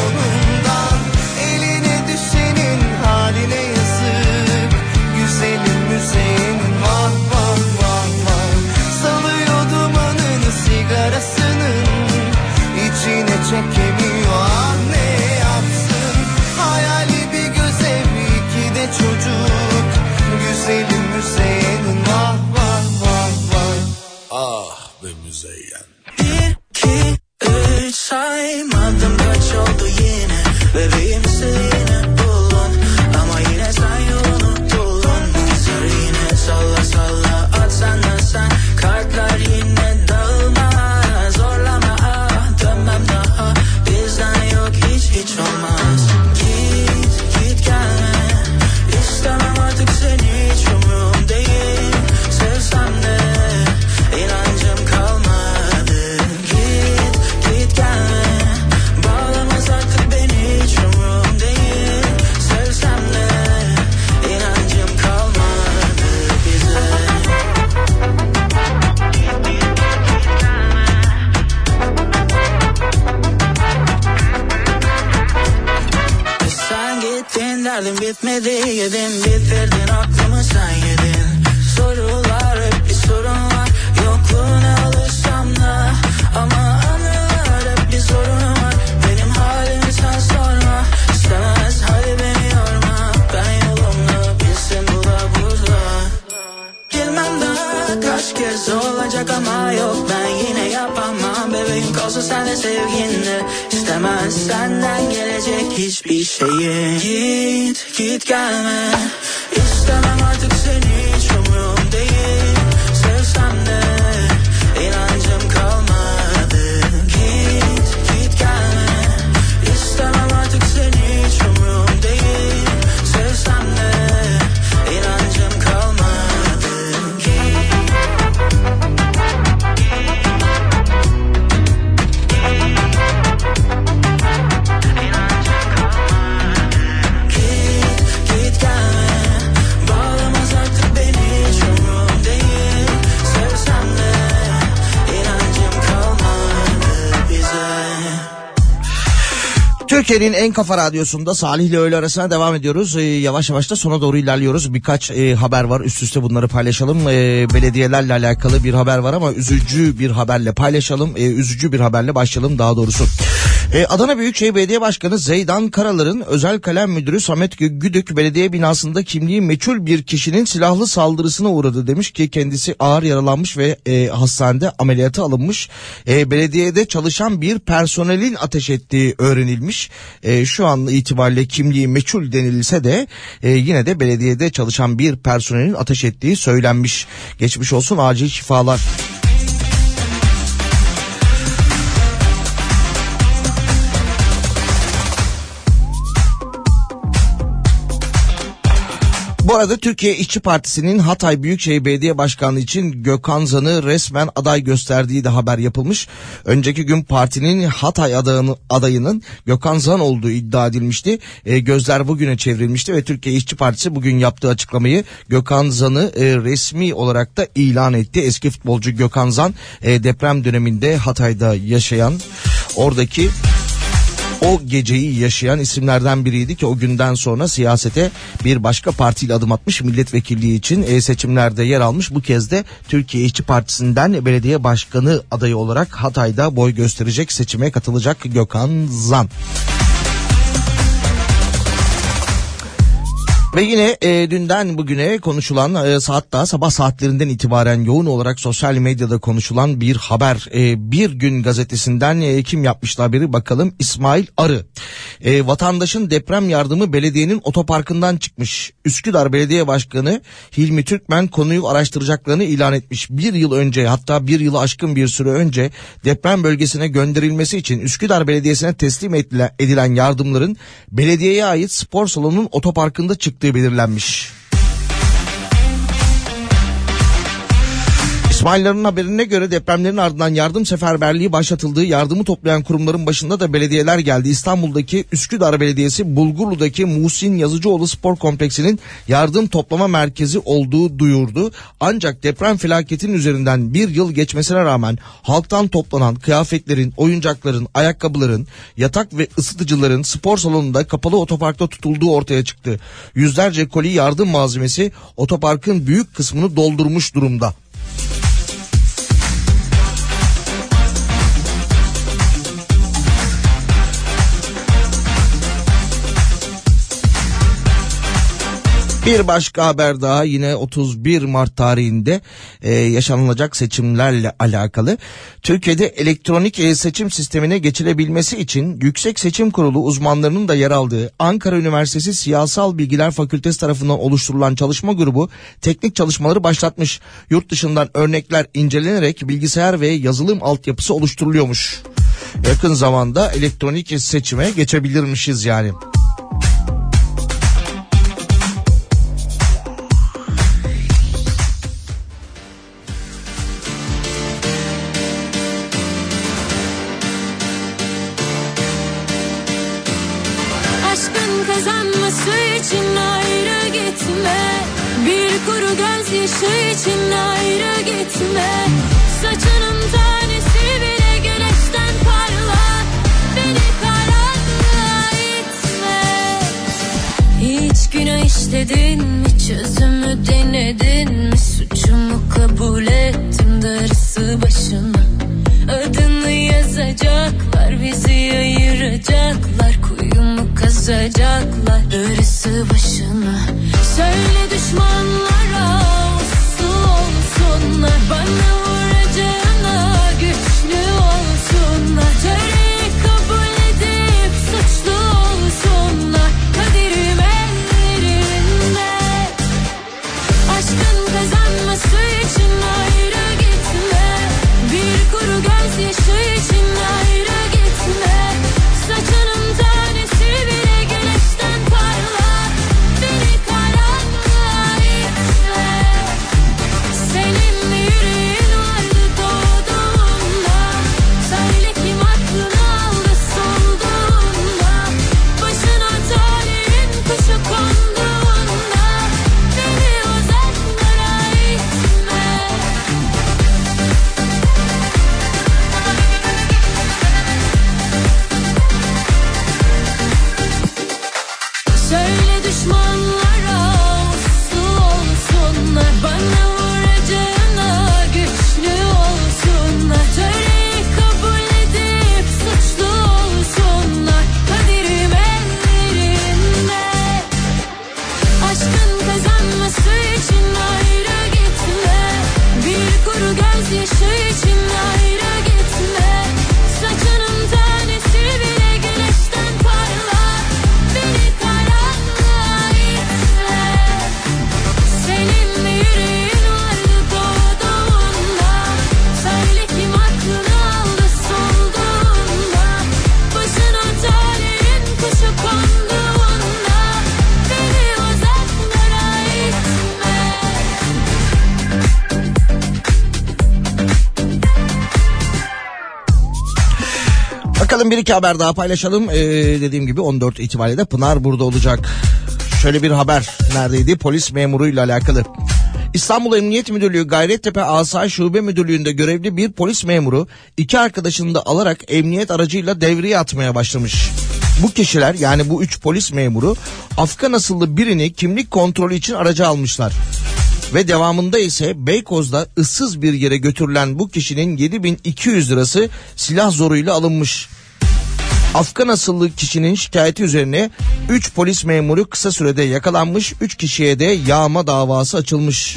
gittin, derdim bitmedi, yedin bitirdin aklımı sen yedin. Sorular hep bir sorun var, yokluğuna alışsam da, ama anılar hep bir sorun var. Benim halimi sen sorma, istemez hadi beni yorma. Ben yolumda bilsin bu da burada. Bilmem daha kaç kez olacak ama yok, ben yine yapamam. Bebeğim kalsın sen de sevginle, istemez senden gelecek hiçbir şeyi. Git git gelme, istemem artık seni, hiç umrum değil. Sevsem de inancım kalmadı. Git git gelme, istemem artık seni, hiç umrum değil. Sevsem de inancım kalmadı. Türkiye'nin en kafa radyosunda Salih ile öğle arasına devam ediyoruz. Yavaş yavaş da sona doğru ilerliyoruz. Birkaç haber var, üst üste bunları paylaşalım. Belediyelerle alakalı bir haber var ama üzücü bir haberle paylaşalım. Üzücü bir haberle başlayalım daha doğrusu. Adana Büyükşehir Belediye Başkanı Zeydan Karalar'ın özel kalem müdürü Samet Güdük belediye binasında kimliği meçhul bir kişinin silahlı saldırısına uğradı demiş ki kendisi ağır yaralanmış ve hastanede ameliyata alınmış. Belediyede çalışan bir personelin ateş ettiği öğrenilmiş. Şu an itibariyle kimliği meçhul denilse de yine de belediyede çalışan bir personelin ateş ettiği söylenmiş. Geçmiş olsun, acil şifalar. Bu arada Türkiye İşçi Partisi'nin Hatay Büyükşehir Belediye Başkanlığı için Gökhan Zan'ı resmen aday gösterdiği de haber yapılmış. Önceki gün partinin Hatay adayının Gökhan Zan olduğu iddia edilmişti. Gözler bugüne çevrilmişti ve Türkiye İşçi Partisi bugün yaptığı açıklamayı Gökhan Zan'ı resmi olarak da ilan etti. Eski futbolcu Gökhan Zan deprem döneminde Hatay'da yaşayan, oradaki o geceyi yaşayan isimlerden biriydi ki o günden sonra siyasete bir başka partiyle adım atmış, milletvekilliği için seçimlerde yer almış. Bu kez de Türkiye İşçi Partisi'nden belediye başkanı adayı olarak Hatay'da boy gösterecek, seçime katılacak Gökhan Zan. Ve yine dünden bugüne konuşulan sabah saatlerinden itibaren yoğun olarak sosyal medyada konuşulan bir haber. Bir Gün gazetesinden kim yapmıştı haberi bakalım. İsmail Arı. Vatandaşın deprem yardımı belediyenin otoparkından çıkmış. Üsküdar Belediye Başkanı Hilmi Türkmen konuyu araştıracaklarını ilan etmiş. Bir yıl önce, hatta bir yılı aşkın bir süre önce deprem bölgesine gönderilmesi için Üsküdar Belediyesi'ne teslim edilen yardımların belediyeye ait spor salonunun otoparkında çıktığı belirlenmiş. İsmail'lerin haberine göre depremlerin ardından yardım seferberliği başlatıldığı, yardımı toplayan kurumların başında da belediyeler geldi. İstanbul'daki Üsküdar Belediyesi, Bulgurlu'daki Muhsin Yazıcıoğlu Spor Kompleksi'nin yardım toplama merkezi olduğu duyurdu. Ancak deprem felaketinin üzerinden bir yıl geçmesine rağmen halktan toplanan kıyafetlerin, oyuncakların, ayakkabıların, yatak ve ısıtıcıların spor salonunda kapalı otoparkta tutulduğu ortaya çıktı. Yüzlerce koli yardım malzemesi otoparkın büyük kısmını doldurmuş durumda. Bir başka haber daha yine 31 Mart tarihinde yaşanılacak seçimlerle alakalı. Türkiye'de elektronik seçim sistemine geçilebilmesi için Yüksek Seçim Kurulu uzmanlarının da yer aldığı Ankara Üniversitesi Siyasal Bilgiler Fakültesi tarafından oluşturulan çalışma grubu teknik çalışmaları başlatmış. Yurt dışından örnekler incelenerek bilgisayar ve yazılım altyapısı oluşturuluyormuş. Yakın zamanda elektronik seçime geçebilirmişiz yani. için ayrı gitme, bir kuru gözyaşı için ayrı gitme. Saçının tanesi bile güneşten parla, beni karanlığa itme. Hiç günah işledin mi, çözümü denedin mi? Suçumu kabul ettim, darısı başına. Adını yazacaklar, bizi ayıracaklar, kuyumu kazacaklar, darısı başına. Söyle düşmanlara uslu olsunlar, bana vuracağına güçlü olsunlar. Töreyi kabul edip suçlu olsunlar, kaderim ellerinde. Aşkın kazanması için ayrı gitme, bir kuru gözyaşı için ayrı gitme. Saçının tanesi bile güneşten parlar, beni karanlığa itme. Senin bir yüreğin vardı doğduğunda, söyle kim aklını aldı solduğunda. Başına talihin kuşu konduğunda, beni uzaklara itme. Söyle düşmanlara uslu olsunlar, bana vuracağına güçlü olsunlar. Töreyi kabul edip suçlu olsunlar, kaderim ellerinde. Aşkın kazanması için ayrı gitme, bir kuru gözyaşı için ayrı gitme. Saçının tanesi bile güneşten parlar, beni karanlığa itme. Senin bir yüreğin vardı doğduğunda, söyle kim aklını aldı solduğunda. Başına talihin kuşu konduğunda, beni uzaklara itme. Bakalım bir iki haber daha paylaşalım. Dediğim gibi 14 itibariyle de Pınar burada olacak. Şöyle bir haber neredeydi? Polis memuruyla alakalı. İstanbul Emniyet Müdürlüğü Gayrettepe Asayiş Şube Müdürlüğü'nde görevli bir polis memuru iki arkadaşını da alarak emniyet aracıyla devreye atmaya başlamış. Bu kişiler, yani bu 3 polis memuru, Afgan asıllı birini kimlik kontrolü için araca almışlar. Ve devamında ise Beykoz'da ıssız bir yere götürülen bu kişinin 7.200 lirası silah zoruyla alınmış. Afgan asıllı kişinin şikayeti üzerine 3 polis memuru kısa sürede yakalanmış, 3 kişiye de yağma davası açılmış.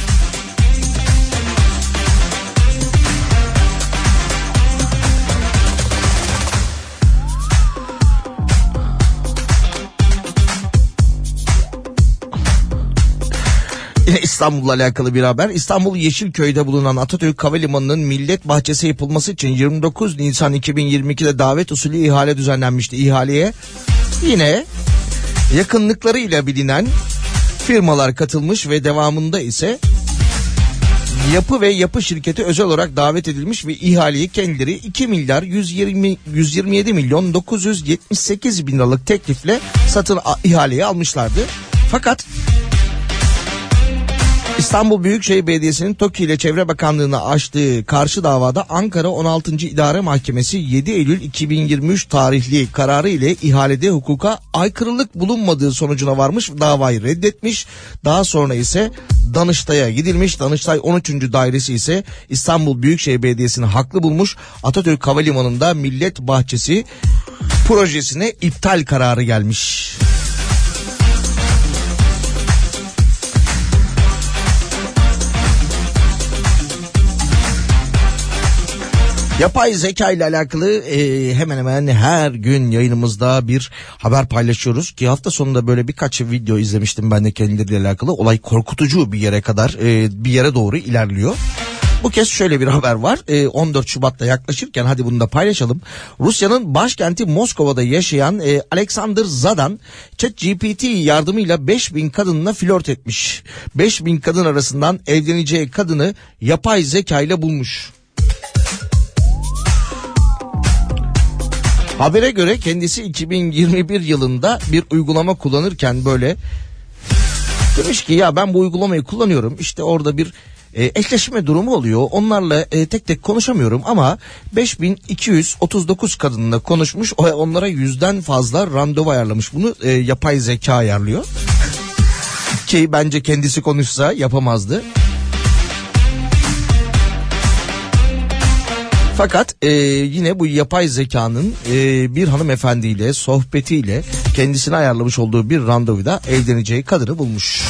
Yine İstanbul'la alakalı bir haber. İstanbul Yeşilköy'de bulunan Atatürk Havalimanı'nın Millet Bahçesi yapılması için 29 Nisan 2022'de davet usulü ihale düzenlenmişti. İhaleye yine yakınlıklarıyla bilinen firmalar katılmış ve devamında ise yapı ve yapı şirketi özel olarak davet edilmiş ve ihaleyi kendileri 2 milyar 127 milyon 978 bin liralık teklifle satın ihaleye almışlardı. Fakat İstanbul Büyükşehir Belediyesi'nin TOKİ ile Çevre Bakanlığı'na açtığı karşı davada Ankara 16. İdare Mahkemesi 7 Eylül 2023 tarihli kararı ile ihalede hukuka aykırılık bulunmadığı sonucuna varmış, davayı reddetmiş. Daha sonra ise Danıştay'a gidilmiş. Danıştay 13. Dairesi ise İstanbul Büyükşehir Belediyesi'ni haklı bulmuş. Atatürk Havalimanı'nda Millet Bahçesi projesine iptal kararı gelmiş. Yapay zeka ile alakalı hemen hemen her gün yayınımızda bir haber paylaşıyoruz ki hafta sonunda böyle birkaç video izlemiştim ben de kendileriyle alakalı. Olay korkutucu bir yere kadar bir yere doğru ilerliyor. Bu kez şöyle bir haber var. 14 Şubat'ta yaklaşırken hadi bunu da paylaşalım. Rusya'nın başkenti Moskova'da yaşayan Alexander Zadan ChatGPT yardımıyla 5000 kadınla flört etmiş. 5000 kadın arasından evleneceği kadını yapay zeka ile bulmuş. Habere göre kendisi 2021 yılında bir uygulama kullanırken böyle demiş ki ya ben bu uygulamayı kullanıyorum, işte orada bir eşleşme durumu oluyor, onlarla tek tek konuşamıyorum ama 5239 kadınla konuşmuş, onlara 100'den fazla randevu ayarlamış. Bunu yapay zeka ayarlıyor. Ki bence kendisi konuşsa yapamazdı. Fakat yine bu yapay zekanın bir hanımefendiyle sohbetiyle kendisine ayarlamış olduğu bir randevuda evleneceği kadını bulmuş.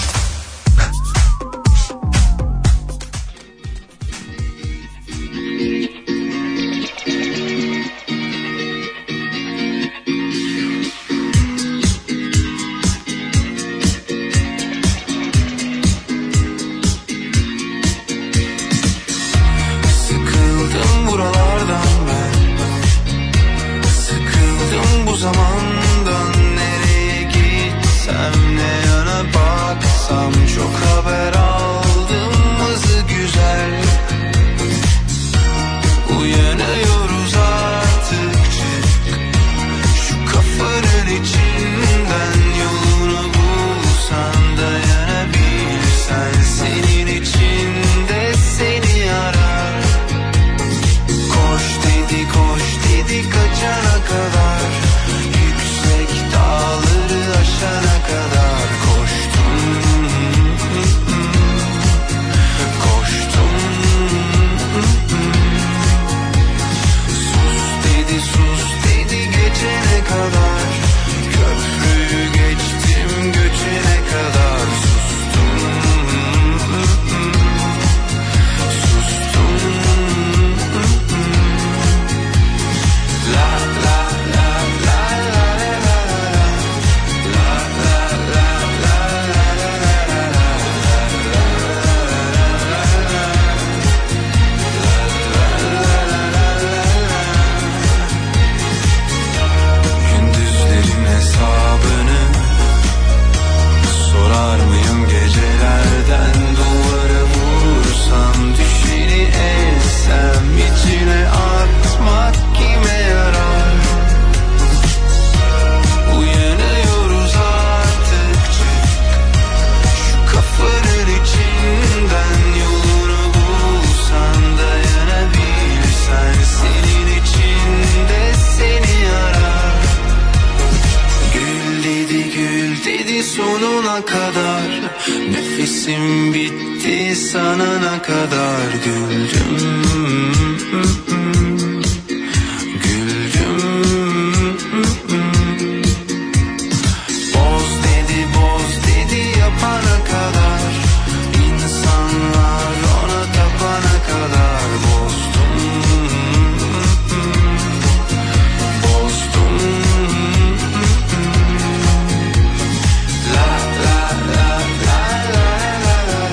Nefesim bitti sanana kadar güldüm. Boz dedi yapana kadar, insanlar ona tapana kadar bozdum. La la la la la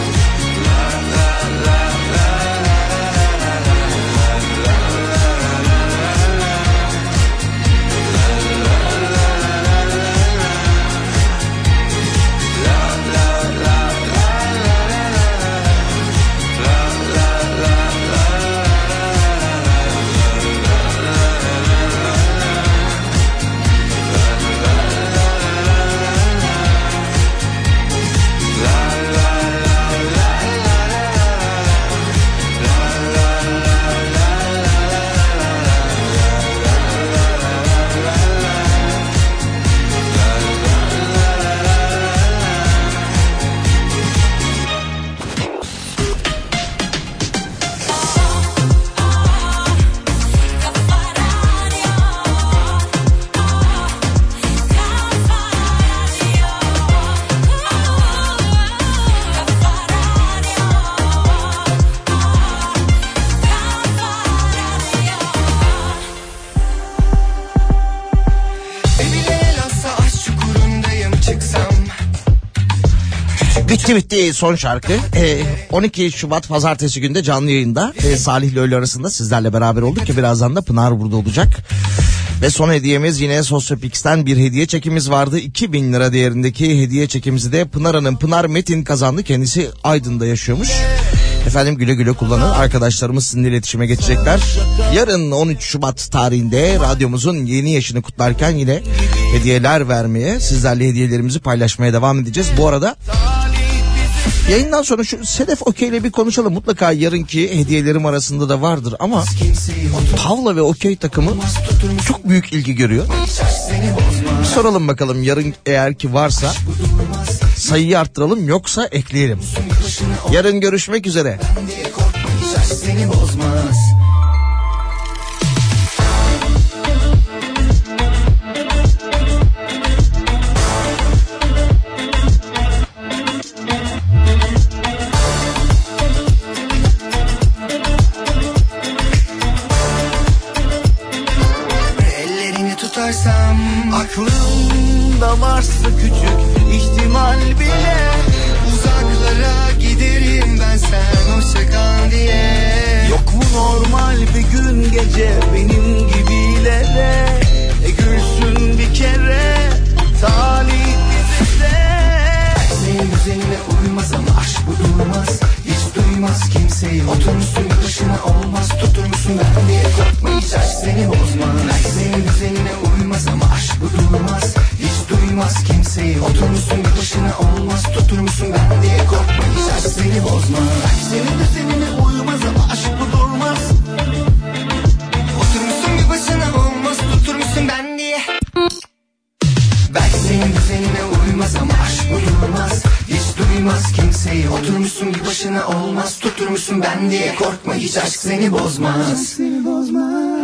Bitti son şarkı. 12 Şubat pazartesi günde canlı yayında Salih ile öğle arasında sizlerle beraber olduk ki birazdan da Pınar burada olacak. Ve son hediyemiz yine Sosyopix'ten bir hediye çekimiz vardı. 2000 lira değerindeki hediye çekimizi de Pınar Hanım, Pınar Metin kazandı. Kendisi Aydın'da yaşıyormuş. Efendim güle güle kullanın. Arkadaşlarımız sizinle iletişime geçecekler. Yarın 13 Şubat tarihinde radyomuzun yeni yaşını kutlarken yine hediyeler vermeye, sizlerle hediyelerimizi paylaşmaya devam edeceğiz. Bu arada yayından sonra şu Sedef Okey ile bir konuşalım. Mutlaka yarınki hediyelerim arasında da vardır ama tavla ve okey takımı çok büyük ilgi görüyor. Bir soralım bakalım yarın eğer ki varsa sayıyı arttıralım yoksa ekleyelim. Yarın görüşmek üzere. Seni bozmaz. Ellerini tutarsam aklımda varsa küçük ihtimal bile uzaklara giderim ben sen hoşça kal diye. Yok mu normal bir gün gece benim gibilere gülsün bir kere talih bize. Senin düzenine uymaz ama aşk bu durmaz. Hiç duymaz kimseyi oturmuşsun başına olmaz tutur musun ben diye korkma hiç aşk seni bozmaz. Senin düzenine uymaz ama aşk bu durmaz. Hiç duymaz kimseyi oturmuşsun başına olmaz tutur musun ben diye korkma hiç aşk seni bozmaz. Senin düzenine uymaz ama aşk bu durmaz. Oturmuşsun bir başına olmaz tutur musun ben diye. Belki senin düzenine uymaz ama aşk bu durmaz. Hiç duymaz kimseyi oturmuşsun bir başına olmaz tutur musun ben diye korkma hiç aşk seni bozmaz.